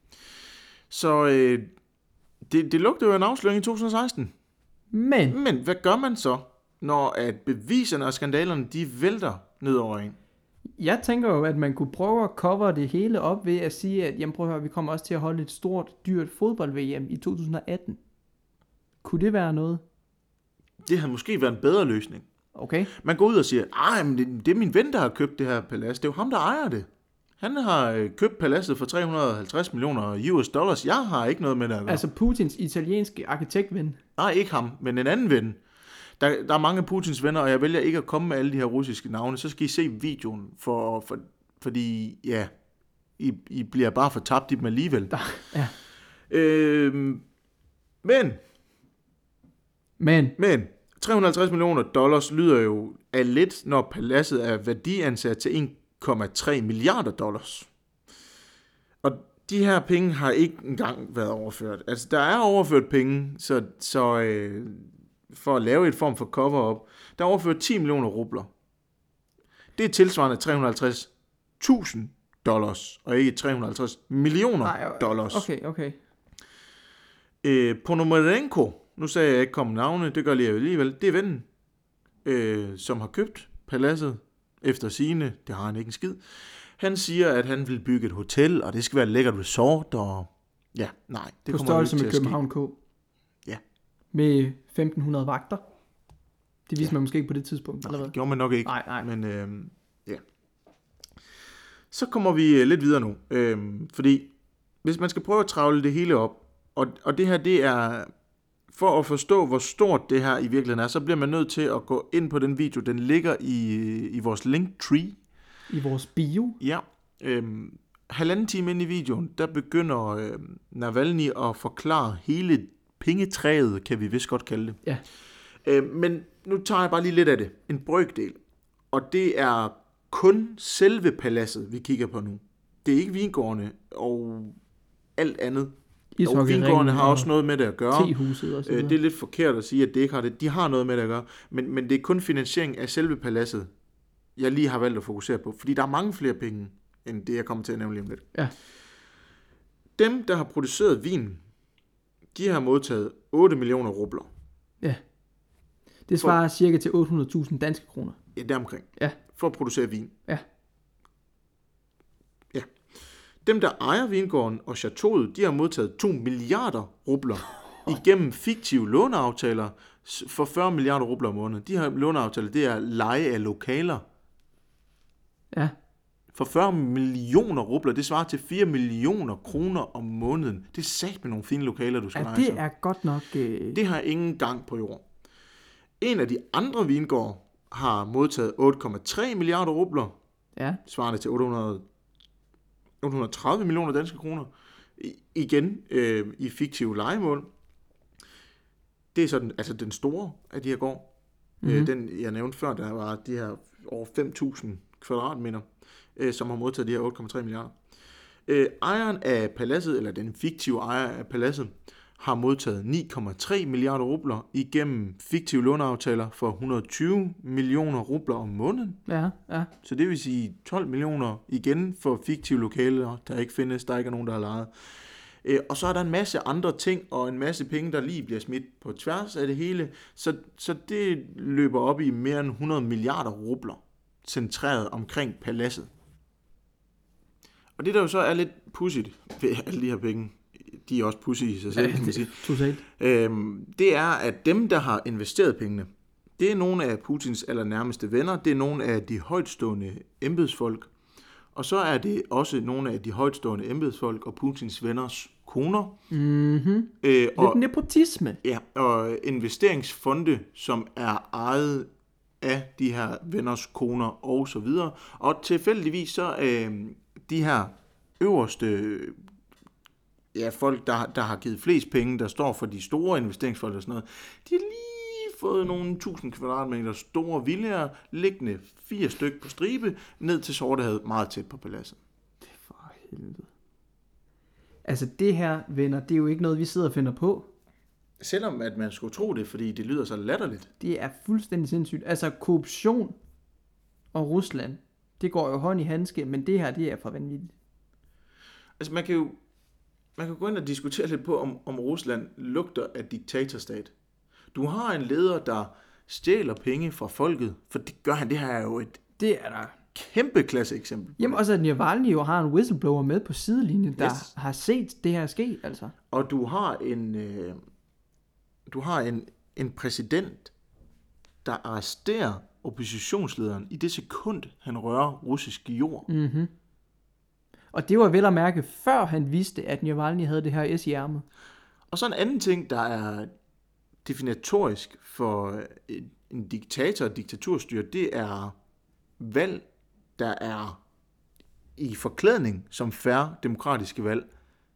Så øh, det, det lugter jo af en afsløring i to tusind og seksten. Men, Men hvad gør man så, når at beviserne og skandalerne, de vælter ned over en? jeg tænker jo, at man kunne prøve at cover det hele op ved at sige, at jamen prøv at høre, vi kommer også til at holde et stort, dyrt fodbold-V M i to tusind og atten. Kunne det være noget? Det havde måske været en bedre løsning. Okay. Man går ud og siger, ej, men det, det er min ven, der har købt det her palads. Det er jo ham, der ejer det. Han har øh, købt paladset for tre hundrede og halvtreds millioner U S dollars. Jeg har ikke noget med det at gøre. Altså Putins italienske arkitektven. Nej, ikke ham, men en anden ven. Der, der er mange af Putins venner, og jeg vælger ikke at komme med alle de her russiske navne. Så skal I se videoen, for, for, fordi ja, I, I bliver bare fortabt i dem alligevel. Ja. Øhm, men, Men, men, tre hundrede og halvtreds millioner dollars lyder jo af lidt, når paladset er værdiansat til en komma tre milliarder dollars. Og de her penge har ikke engang været overført. Altså, der er overført penge, så, så øh, for at lave et form for cover-up, der er overført ti millioner rubler. Det er tilsvarende tre hundrede og halvtreds tusind dollars, og ikke tre hundrede og halvtreds millioner Nej, dollars. Okay, okay. Øh, Ponomarenko, nu sagde jeg ikke kom navne, det gør lige alligevel, det er vennen, øh, som har købt paladset efter sigende, det har han ikke en skid. Han siger, at han vil bygge et hotel, og det skal være et lækkert resort, og ja, nej, det på kommer størrelse ikke med til at ske. København K. Ja. Med femten hundrede vagter. Det viste ja. man måske ikke på det tidspunkt, Nej, eller hvad? det gjorde man nok ikke. Nej, nej. Men øh, ja. Så kommer vi lidt videre nu. Øh, fordi hvis man skal prøve at travle det hele op, og, og det her, det er, for at forstå, hvor stort det her i virkeligheden er, så bliver man nødt til at gå ind på den video. Den ligger i, i vores linktree. I vores bio? Ja. Øh, halvanden time ind i videoen, der begynder øh, Navalny at forklare hele pengetræet, kan vi vist godt kalde det. Ja. Øh, men nu tager jeg bare lige lidt af det. En brøkdel. Og det er kun selve paladset, vi kigger på nu. Det er ikke vingårdene og alt andet. Og vingårdene har også noget med det at gøre. Tehuset og så øh, det er lidt forkert at sige, at det ikke har det. De har noget med det at gøre. Men, men det er kun finansiering af selve paladset, jeg lige har valgt at fokusere på. Fordi der er mange flere penge, end det jeg kommer til at nævne lige om lidt. Ja. Dem, der har produceret vin, de har modtaget otte millioner rubler. Ja. Det svarer for, cirka til otte hundrede tusind danske kroner. Ja, deromkring. Ja. For at producere vin. Ja. Ja. Dem, der ejer vingården og chateauet, de har modtaget to milliarder rubler igennem fiktive låneaftaler for fyrre milliarder rubler om måneden. De her låneaftaler, det er leje af lokaler. Ja. For fyrre millioner rubler, det svarer til fire millioner kroner om måneden. Det er sat med nogle fine lokaler, du skal ja, leje. det er godt nok... Øh... Det har ingen gang på jord. En af de andre vingårde har modtaget otte komma tre milliarder rubler, ja. svarende til otte hundrede, otte hundrede og tredive millioner danske kroner, I, igen øh, i fiktive lejemål. Det er sådan, altså den store af de her gård. Mm-hmm. Øh, den, jeg nævnte før, der var de her over fem tusind kvadratmeter, øh, som har modtaget de her otte komma tre milliarder. Øh, ejeren af paladset, eller den fiktive ejer af paladset, har modtaget ni komma tre milliarder rubler igennem fiktive låneaftaler for et hundrede og tyve millioner rubler om måneden. Ja, ja. Så det vil sige tolv millioner igen for fiktive lokaler, der ikke findes, der ikke er nogen, der har lejet. Øh, og så er der en masse andre ting, og en masse penge, der lige bliver smidt på tværs af det hele. Så, så det løber op i mere end hundrede milliarder rubler, centreret omkring paladset. Og det der jo så er lidt pudsigt ved alle de her penge, de er også pudsige i sig selv, ja, kan man sige. Det, øhm, det er, at dem, der har investeret pengene, det er nogle af Putins allernærmeste venner, det er nogle af de højtstående embedsfolk, og så er det også nogle af de højtstående embedsfolk og Putins venners koner. Mm-hmm. Øh, og, lidt nepotisme. Ja, og investeringsfonde, som er ejet af de her venners koner og så videre. Og tilfældigvis så øh, de her øverste ja, folk, der, der har givet flest penge, der står for de store investeringsfolk og sådan noget, de har lige fået nogle tusind kvadratmeter store villaer, liggende fire stykker på stribe, ned til Sortehavet, meget tæt på paladset. Det er for helvede. Altså det her, venner, det er jo ikke noget, vi sidder og finder på. Selvom at man skulle tro det, fordi det lyder så latterligt. Det er fuldstændig sindssygt. Altså korruption og Rusland, det går jo hånd i handske, men det her, det er for vanvittigt. Altså man kan jo Man kan gå ind og diskutere lidt på, om, om Rusland lugter af diktatorstat. Du har en leder, der stjæler penge fra folket, for det gør han. Det her er jo et det er der kæmpe klasse eksempel. Jamen også, at Navalny jo har en whistleblower med på sidelinjen, der yes. har set det her ske, altså. Og du har en, øh, du har en, en præsident, der arresterer oppositionslederen i det sekund, han rører russisk jord. Mhm. Og det var vel at mærke, før han vidste, at Navalny havde det her S i ærmet. Og så en anden ting, der er definitorisk for en, en diktator og diktaturstyre, det er valg, der er i forklædning som fair demokratiske valg.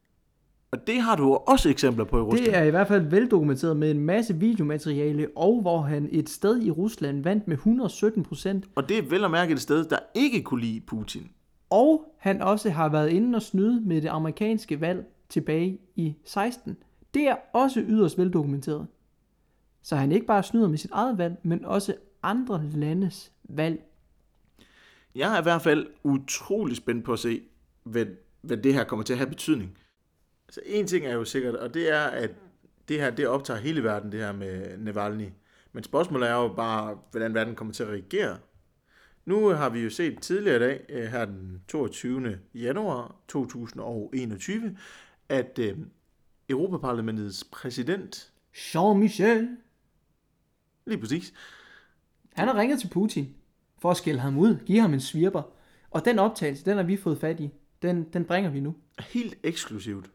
Og det har du også eksempler på i Rusland. Det er i hvert fald veldokumenteret med en masse videomateriale, og hvor han et sted i Rusland vandt med et hundrede og sytten procent. Og det er vel at mærke et sted, der ikke kunne lide Putin. Og han også har været inde og snyde med det amerikanske valg tilbage i seksten. Det er også yderst veldokumenteret. Så han ikke bare snyder med sit eget valg, men også andre landes valg. Jeg er i hvert fald utrolig spændt på at se, hvad, hvad det her kommer til at have betydning. Altså en ting er jo sikkert, og det er, at det her, det optager hele verden, det her med Navalny. Men spørgsmålet er jo bare, hvordan verden kommer til at reagere. Nu har vi jo set tidligere i dag, her den toogtyvende januar to tusind og enogtyve, at øh, Europaparlamentets præsident, Jean-Michel, lige præcis, han har ringet til Putin for at skælde ham ud, give ham en svirper. Og den optagelse, den har vi fået fat i. Den, den bringer vi nu. helt eksklusivt.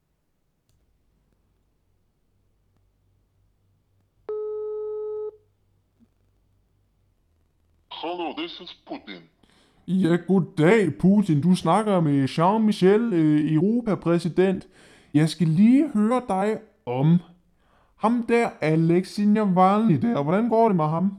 Hello, this is Putin. Ja, goddag Putin. Du snakker med Jean-Michel, øh, Europapræsident. Jeg skal lige høre dig om ham der, Alexei Navalny der. Hvordan går det med ham?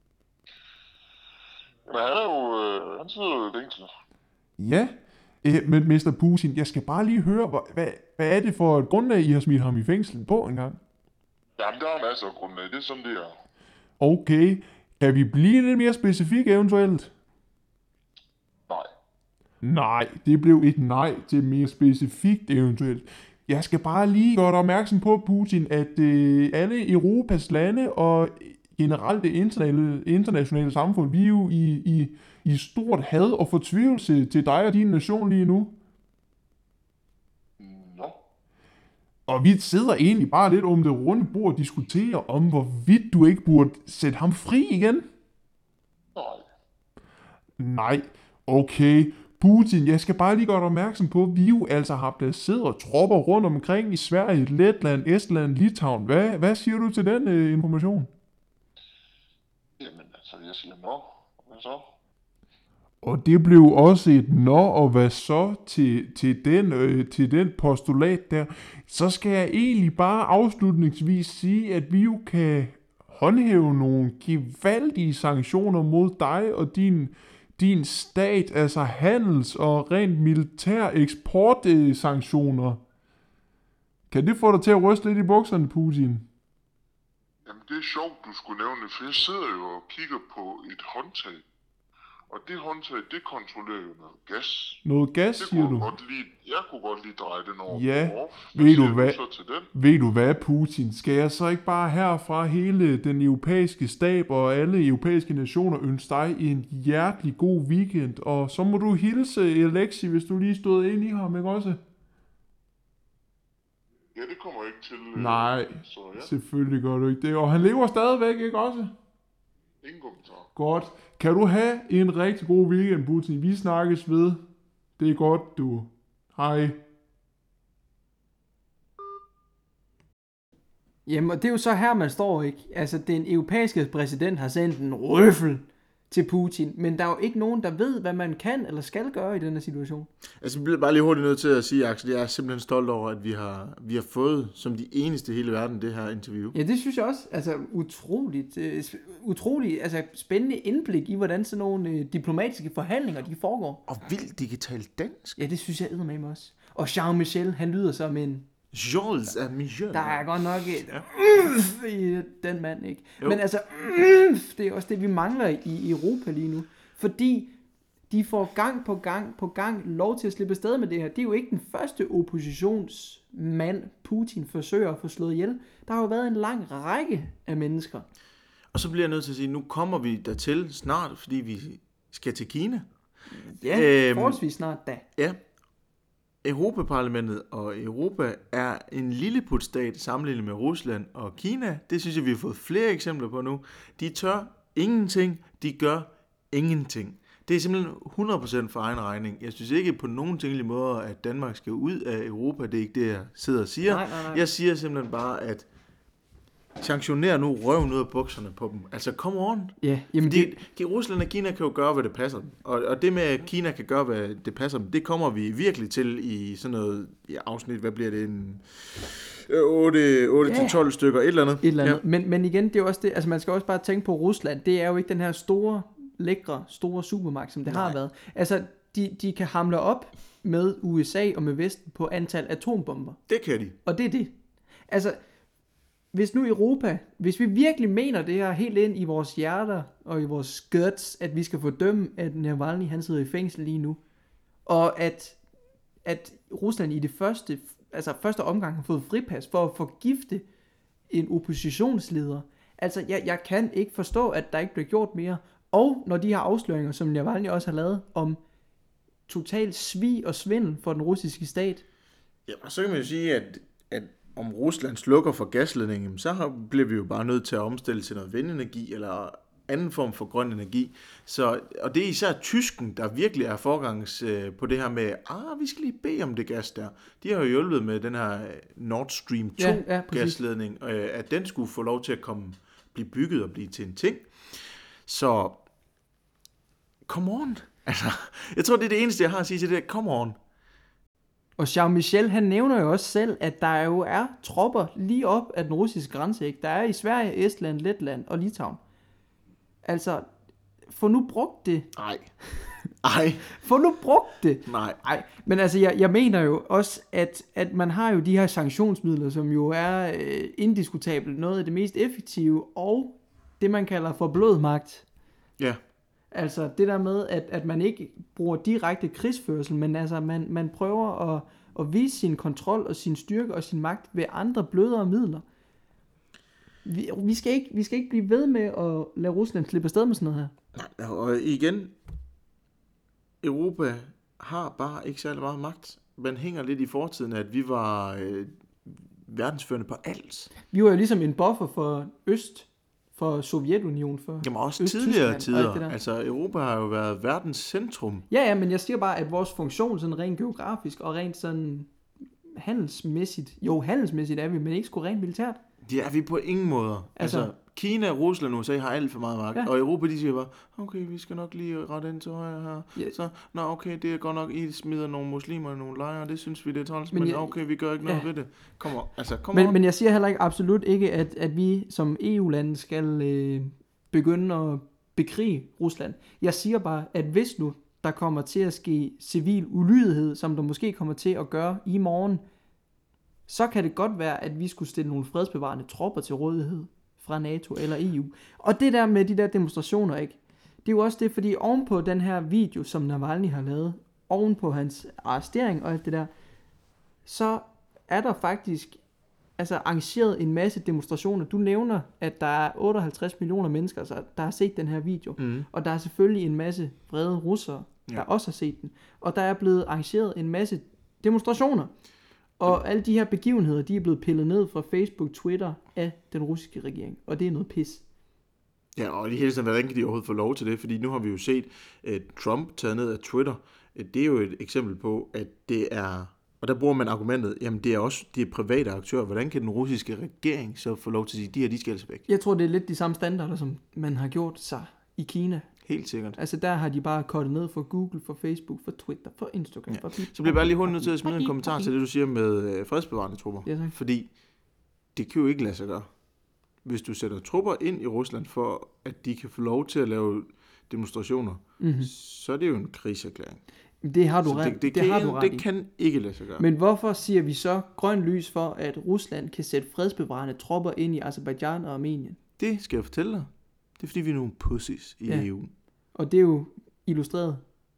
Men han er jo, øh, han sidder jo i fængsel. Ja, øh, men mister Putin, jeg skal bare lige høre, hvad, hvad, hvad er det for et grundlag, I har smidt ham i fængsel på engang? Jamen, der er masser af grundlag, det er sådan, det er. Okay, kan vi blive lidt mere specifik eventuelt? Nej. Nej, det blev et nej til mere specifikt eventuelt. Jeg skal bare lige gøre dig opmærksom på, Putin, at øh, alle Europas lande og generelt det internationale, internationale samfund, vi er jo i, i, i stort had og fortvivlelse til dig og din nation lige nu. Nå. Og vi sidder egentlig bare lidt om det runde bord og diskuterer om, hvorvidt du ikke burde sætte ham fri igen. Nej. Nej, okay. Putin, jeg skal bare lige gøre dig opmærksom på, at vi jo altså har placeret tropper rundt omkring i Sverige, Letland, Estland, Litauen. Hvad, hvad siger du til den øh, information? Jamen, altså, jeg siger nå. Hvad så? Og det blev også et nå, og hvad så til, til, den, øh, til den postulat der. Så skal jeg egentlig bare afslutningsvis sige, at vi jo kan håndhæve nogle gevaldige sanktioner mod dig og din, din stat, altså handels- og rent militær eksportsanktioner. Kan det få dig til at ryste lidt i bukserne, Putin? Jamen, det er sjovt, du skulle nævne det, for jeg sidder jo og kigger på et håndtag. Og det håndtag, det kontrollerer jo noget gas. Noget gas, Det siger kunne du? jeg godt lige, jeg kunne godt lige dreje den over Ja, på off. ved du siger hvad? så til den? Ved du hvad, Putin? Skal jeg så ikke bare herfra hele den europæiske stab og alle europæiske nationer ønske dig en hjertelig god weekend? Og så må du hilse Alexei, hvis du lige stod ind i ham, ikke også? Ja, det kommer ikke til. øh, Nej, Så ja, selvfølgelig gør du ikke det. Og han lever stadigvæk, ikke også? ingen kommentar. Godt. Kan du have en rigtig god weekend, Putin? Vi snakkes ved. Det er godt, du. Hej. Jamen, og det er jo så her, man står, ikke? Altså, den europæiske præsident har sendt en røffel til Putin, men der er jo ikke nogen, der ved, hvad man kan eller skal gøre i denne situation. Altså, vi bliver bare lige hurtigt nødt til at sige, Axel, jeg er simpelthen stolt over, at vi har, vi har fået, som de eneste i hele verden, det her interview. Ja, det synes jeg også. Altså, utroligt, øh, utroligt altså, spændende indblik i, hvordan sådan nogle øh, diplomatiske forhandlinger, de foregår. Og vildt digitalt dansk. Ja, det synes jeg eddermame også. Og Jean-Michel, han lyder som en... Jules er Michel. Der er godt nok et øh, i den mand, ikke? Jo. Men altså, øh, det er også det, vi mangler i Europa lige nu. Fordi de får gang på gang på gang lov til at slippe afsted med det her. Det er jo ikke den første oppositionsmand, Putin forsøger at få slået ihjel. Der har jo været en lang række af mennesker. Og så bliver jeg nødt til at sige, nu kommer vi dertil snart, fordi vi skal til Kina. Ja, Øhm, forholdsvis snart da. Ja. Europaparlamentet og Europa er en lilleputstat sammenlignet med Rusland og Kina. Det synes jeg, vi har fået flere eksempler på nu. De tør ingenting, de gør ingenting. Det er simpelthen hundrede procent for egen regning. Jeg synes ikke på nogen tænkelig måde, at Danmark skal ud af Europa. Det er ikke det, jeg sidder og siger. Nej, nej, nej. Jeg siger simpelthen bare, at sanktioner nu røven ud af bukserne på dem. Altså, come on. Ja, jamen De, det, de, Rusland og Kina kan jo gøre, hvad det passer dem. Og, og det med, at Kina kan gøre, hvad det passer dem, det kommer vi virkelig til i sådan noget i afsnit. Hvad bliver det? En otte til tolv stykker, et eller andet. et eller andet. Ja. Men, men igen, det er jo også det, altså man skal også bare tænke på Rusland. Det er jo ikke den her store, lækre, store supermagt, som det Nej. har været. Altså, de, de kan hamle op med U S A og med Vesten på antal atombomber. Det kan de. Og det er det. Altså, hvis nu Europa, hvis vi virkelig mener det her helt ind i vores hjerter og i vores guts, at vi skal fordømme, at Navalny han sidder i fængsel lige nu, og at, at Rusland i det første, altså første omgang har fået fripas for at forgifte en oppositionsleder. Altså, jeg, jeg kan ikke forstå, at der ikke bliver gjort mere. Og når de her afsløringer, som Navalny også har lavet, om total svig og svindel for den russiske stat. Ja, og så kan man jo sige, at, at om Rusland slukker for gasledningen, så bliver vi jo bare nødt til at omstille til noget vindenergi, eller anden form for grøn energi. Så, og det er især tysken, der virkelig er forgangs øh, på det her med, ah, vi skal lige bede om det gas der. De har jo hjulpet med den her Nord Stream to ja, ja, gasledning, øh, at den skulle få lov til at komme, blive bygget og blive til en ting. Så, come on. Altså, jeg tror, det er det eneste, jeg har at sige til det. Come on. Og Jean-Michel, han nævner jo også selv, at der jo er tropper lige op ad den russiske grænse, ikke? Der er i Sverige, Estland, Letland og Litauen. Altså, få nu brugt det. Nej. Ej. Få nu brugt det. Nej. Ej. Men altså, jeg, jeg mener jo også, at, at man har jo de her sanktionsmidler, som jo er øh, indiskutabelt noget af det mest effektive, og det, man kalder for blodmagt. Ja. Altså, det der med, at, at man ikke bruger direkte krigsførsel, men altså, man, man prøver at, at vise sin kontrol og sin styrke og sin magt ved andre blødere midler. Vi, vi, skal ikke, vi skal ikke blive ved med at lade Rusland slippe afsted med sådan noget her. Nej, og igen, Europa har bare ikke særlig meget magt. Man hænger lidt i fortiden, at vi var øh, verdensførende på alt. Vi var jo ligesom en buffer for Øst, for Sovjetunionen, for Jamen også tidligere tider. Altså Europa har jo været verdens centrum. Ja, ja, men jeg siger bare, at vores funktion sådan rent geografisk og rent sådan handelsmæssigt, jo handelsmæssigt er vi, men ikke sgu rent militært. Det er vi på ingen måder. Altså, altså Kina, Rusland og U S A har alt for meget magt. Ja. Og Europa, de siger bare, okay, vi skal nok lige rette ind til højre her. Ja. Så, nå okay, det er godt nok, I smider nogle muslimer i nogle lejre, det synes vi, det er træls, men, men jeg, okay, vi gør ikke noget ja. ved det. Kom on, altså, kom men, on. Men jeg siger heller ikke absolut ikke, at, at vi som E U-lande skal øh, begynde at bekrige Rusland. Jeg siger bare, at hvis nu der kommer til at ske civil ulydighed, som der måske kommer til at gøre i morgen, så kan det godt være, at vi skulle stille nogle fredsbevarende tropper til rådighed fra NATO eller E U. Og det der med de der demonstrationer, ikke? Det er jo også det, fordi ovenpå den her video, som Navalny har lavet, ovenpå hans arrestering og alt det der, så er der faktisk altså arrangeret en masse demonstrationer. Du nævner, at der er otteoghalvtreds millioner mennesker, altså, der har set den her video. Mm. Og der er selvfølgelig en masse vrede russere, der ja. også har set den. Og der er blevet arrangeret en masse demonstrationer. Og alle de her begivenheder, de er blevet pillet ned fra Facebook, Twitter af den russiske regering. Og det er noget pis. Ja, og det hele tiden, hvordan kan de overhovedet få lov til det? Fordi nu har vi jo set uh, Trump taget ned af Twitter. Uh, det er jo et eksempel på, at det er... Og der bruger man argumentet, jamen det er også de er private aktører. Hvordan kan den russiske regering så få lov til at sige, de her, de skal altså væk? Jeg tror, det er lidt de samme standarder, som man har gjort sig i Kina. Helt sikkert. Altså der har de bare kortet ned for Google, for Facebook, for Twitter, for Instagram. Ja. For så bliver jeg bare lige hurtigt nødt til at smide en kommentar til det, du siger med øh, fredsbevarende trupper. Ja, fordi det kan jo ikke lade sig gøre. Hvis du sætter trupper ind i Rusland for, at de kan få lov til at lave demonstrationer, mm-hmm. så er det jo en krigserklæring. Det har du ret. Det, det, det, det, kan, har du ret det kan ikke lade sig gøre. Men hvorfor siger vi så grøn lys for, at Rusland kan sætte fredsbevarende tropper ind i Aserbajdsjan og Armenien? Det skal jeg fortælle dig. Det er fordi, vi er nogle pussies i ja. E U. Og det er jo illustreret.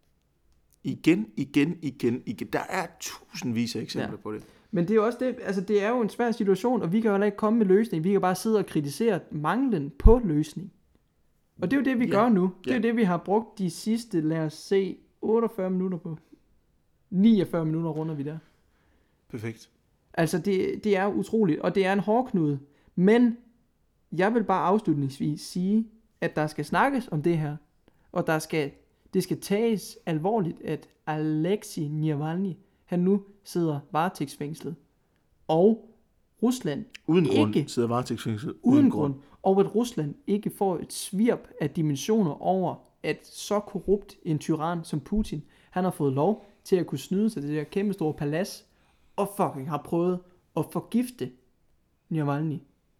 Igen, igen, igen, igen. Der er tusindvis af eksempler ja. på det. Men det er jo også det, altså det er jo en svær situation, og vi kan jo heller ikke komme med løsning. Vi kan bare sidde og kritisere manglen på løsning. Og det er jo det, vi ja. gør nu. Det er ja. det, vi har brugt de sidste, lad os se, otteogfyrre minutter på. niogfyrre minutter runder vi der. Perfekt. Altså det, det er utroligt, og det er en hårdknude. Men jeg vil bare afslutningsvis sige, at der skal snakkes om det her, og der skal, det skal tages alvorligt, at Alexei Navalny, han nu sidder varetægtsfængslet, og Rusland uden ikke, grund sidder varetægtsfængslet uden, uden grund, og at Rusland ikke får et svirp af dimensioner over, at så korrupt en tyran som Putin, han har fået lov til at kunne snyde sig til det der kæmpe store palads, og fucking har prøvet at forgifte Navalny.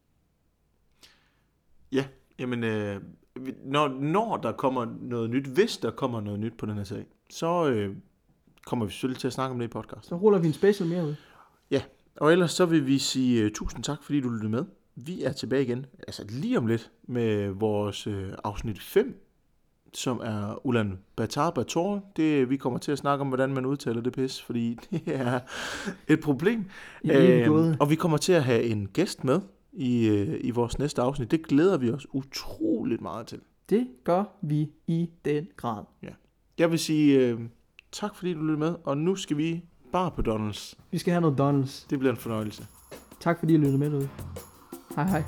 Ja, jamen, øh, når, når der kommer noget nyt, hvis der kommer noget nyt på den her sag, så øh, kommer vi selvfølgelig til at snakke om det i podcast. Så ruller vi en special mere ud. Ja, og ellers så vil vi sige uh, tusind tak, fordi du lyttede med. vi er tilbage igen, altså lige om lidt, med vores øh, afsnit fem, som er Ulan Bator Bator. Det, vi kommer til at snakke om, hvordan man udtaler det pis, fordi det er et problem. Øh, og vi kommer til at have en gæst med i, øh, i vores næste afsnit. Det glæder vi os utroligt meget til. Det gør vi i den grad. Ja. Jeg vil sige øh, tak, fordi du lyttede med, og nu skal vi bare på Donalds. Vi skal have noget Donalds. Det bliver en fornøjelse. Tak fordi I lyttede med derude. Hej hej.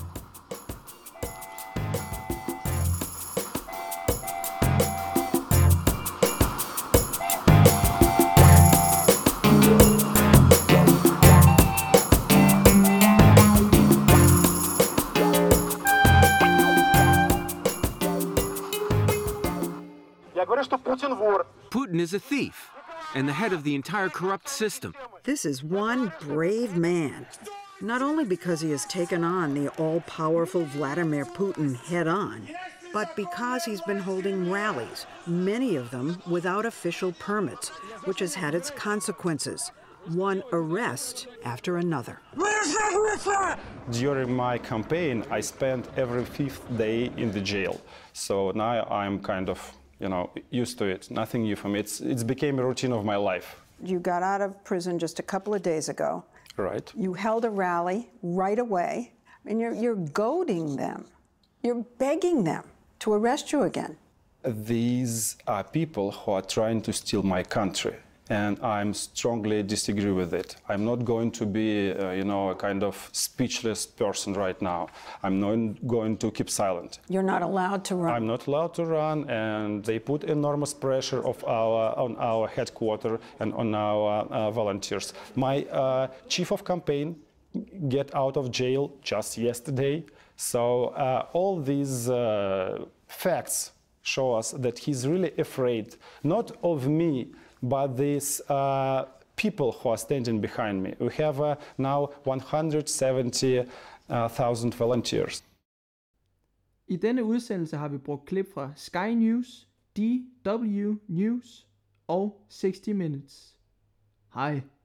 Putin is a thief and the head of the entire corrupt system. This is one brave man, not only because he has taken on the all-powerful Vladimir Putin head-on, but because he's been holding rallies, many of them without official permits, which has had its consequences. One arrest after another. During my campaign, I spent every fifth day in the jail. So now I'm kind of, you know, used to it. Nothing new for me. It's, it's became a routine of my life. You got out of prison just a couple of days ago. Right. You held a rally right away, and you're, you're goading them. You're begging them to arrest you again. These are people who are trying to steal my country, and I'm strongly disagree with it. I'm not going to be, uh, you know, a kind of speechless person right now. I'm not going to keep silent. You're not allowed to run. I'm not allowed to run, and they put enormous pressure of our, on our headquarters and on our uh, volunteers. My uh, chief of campaign get out of jail just yesterday. So uh, all these uh, facts show us that he's really afraid, not of me, but these uh, people who are standing behind me. We have uh, now one hundred seventy thousand volunteers. I denne udsendelse har vi brugt klip fra Sky News, D W News og sixty minutes. Hej.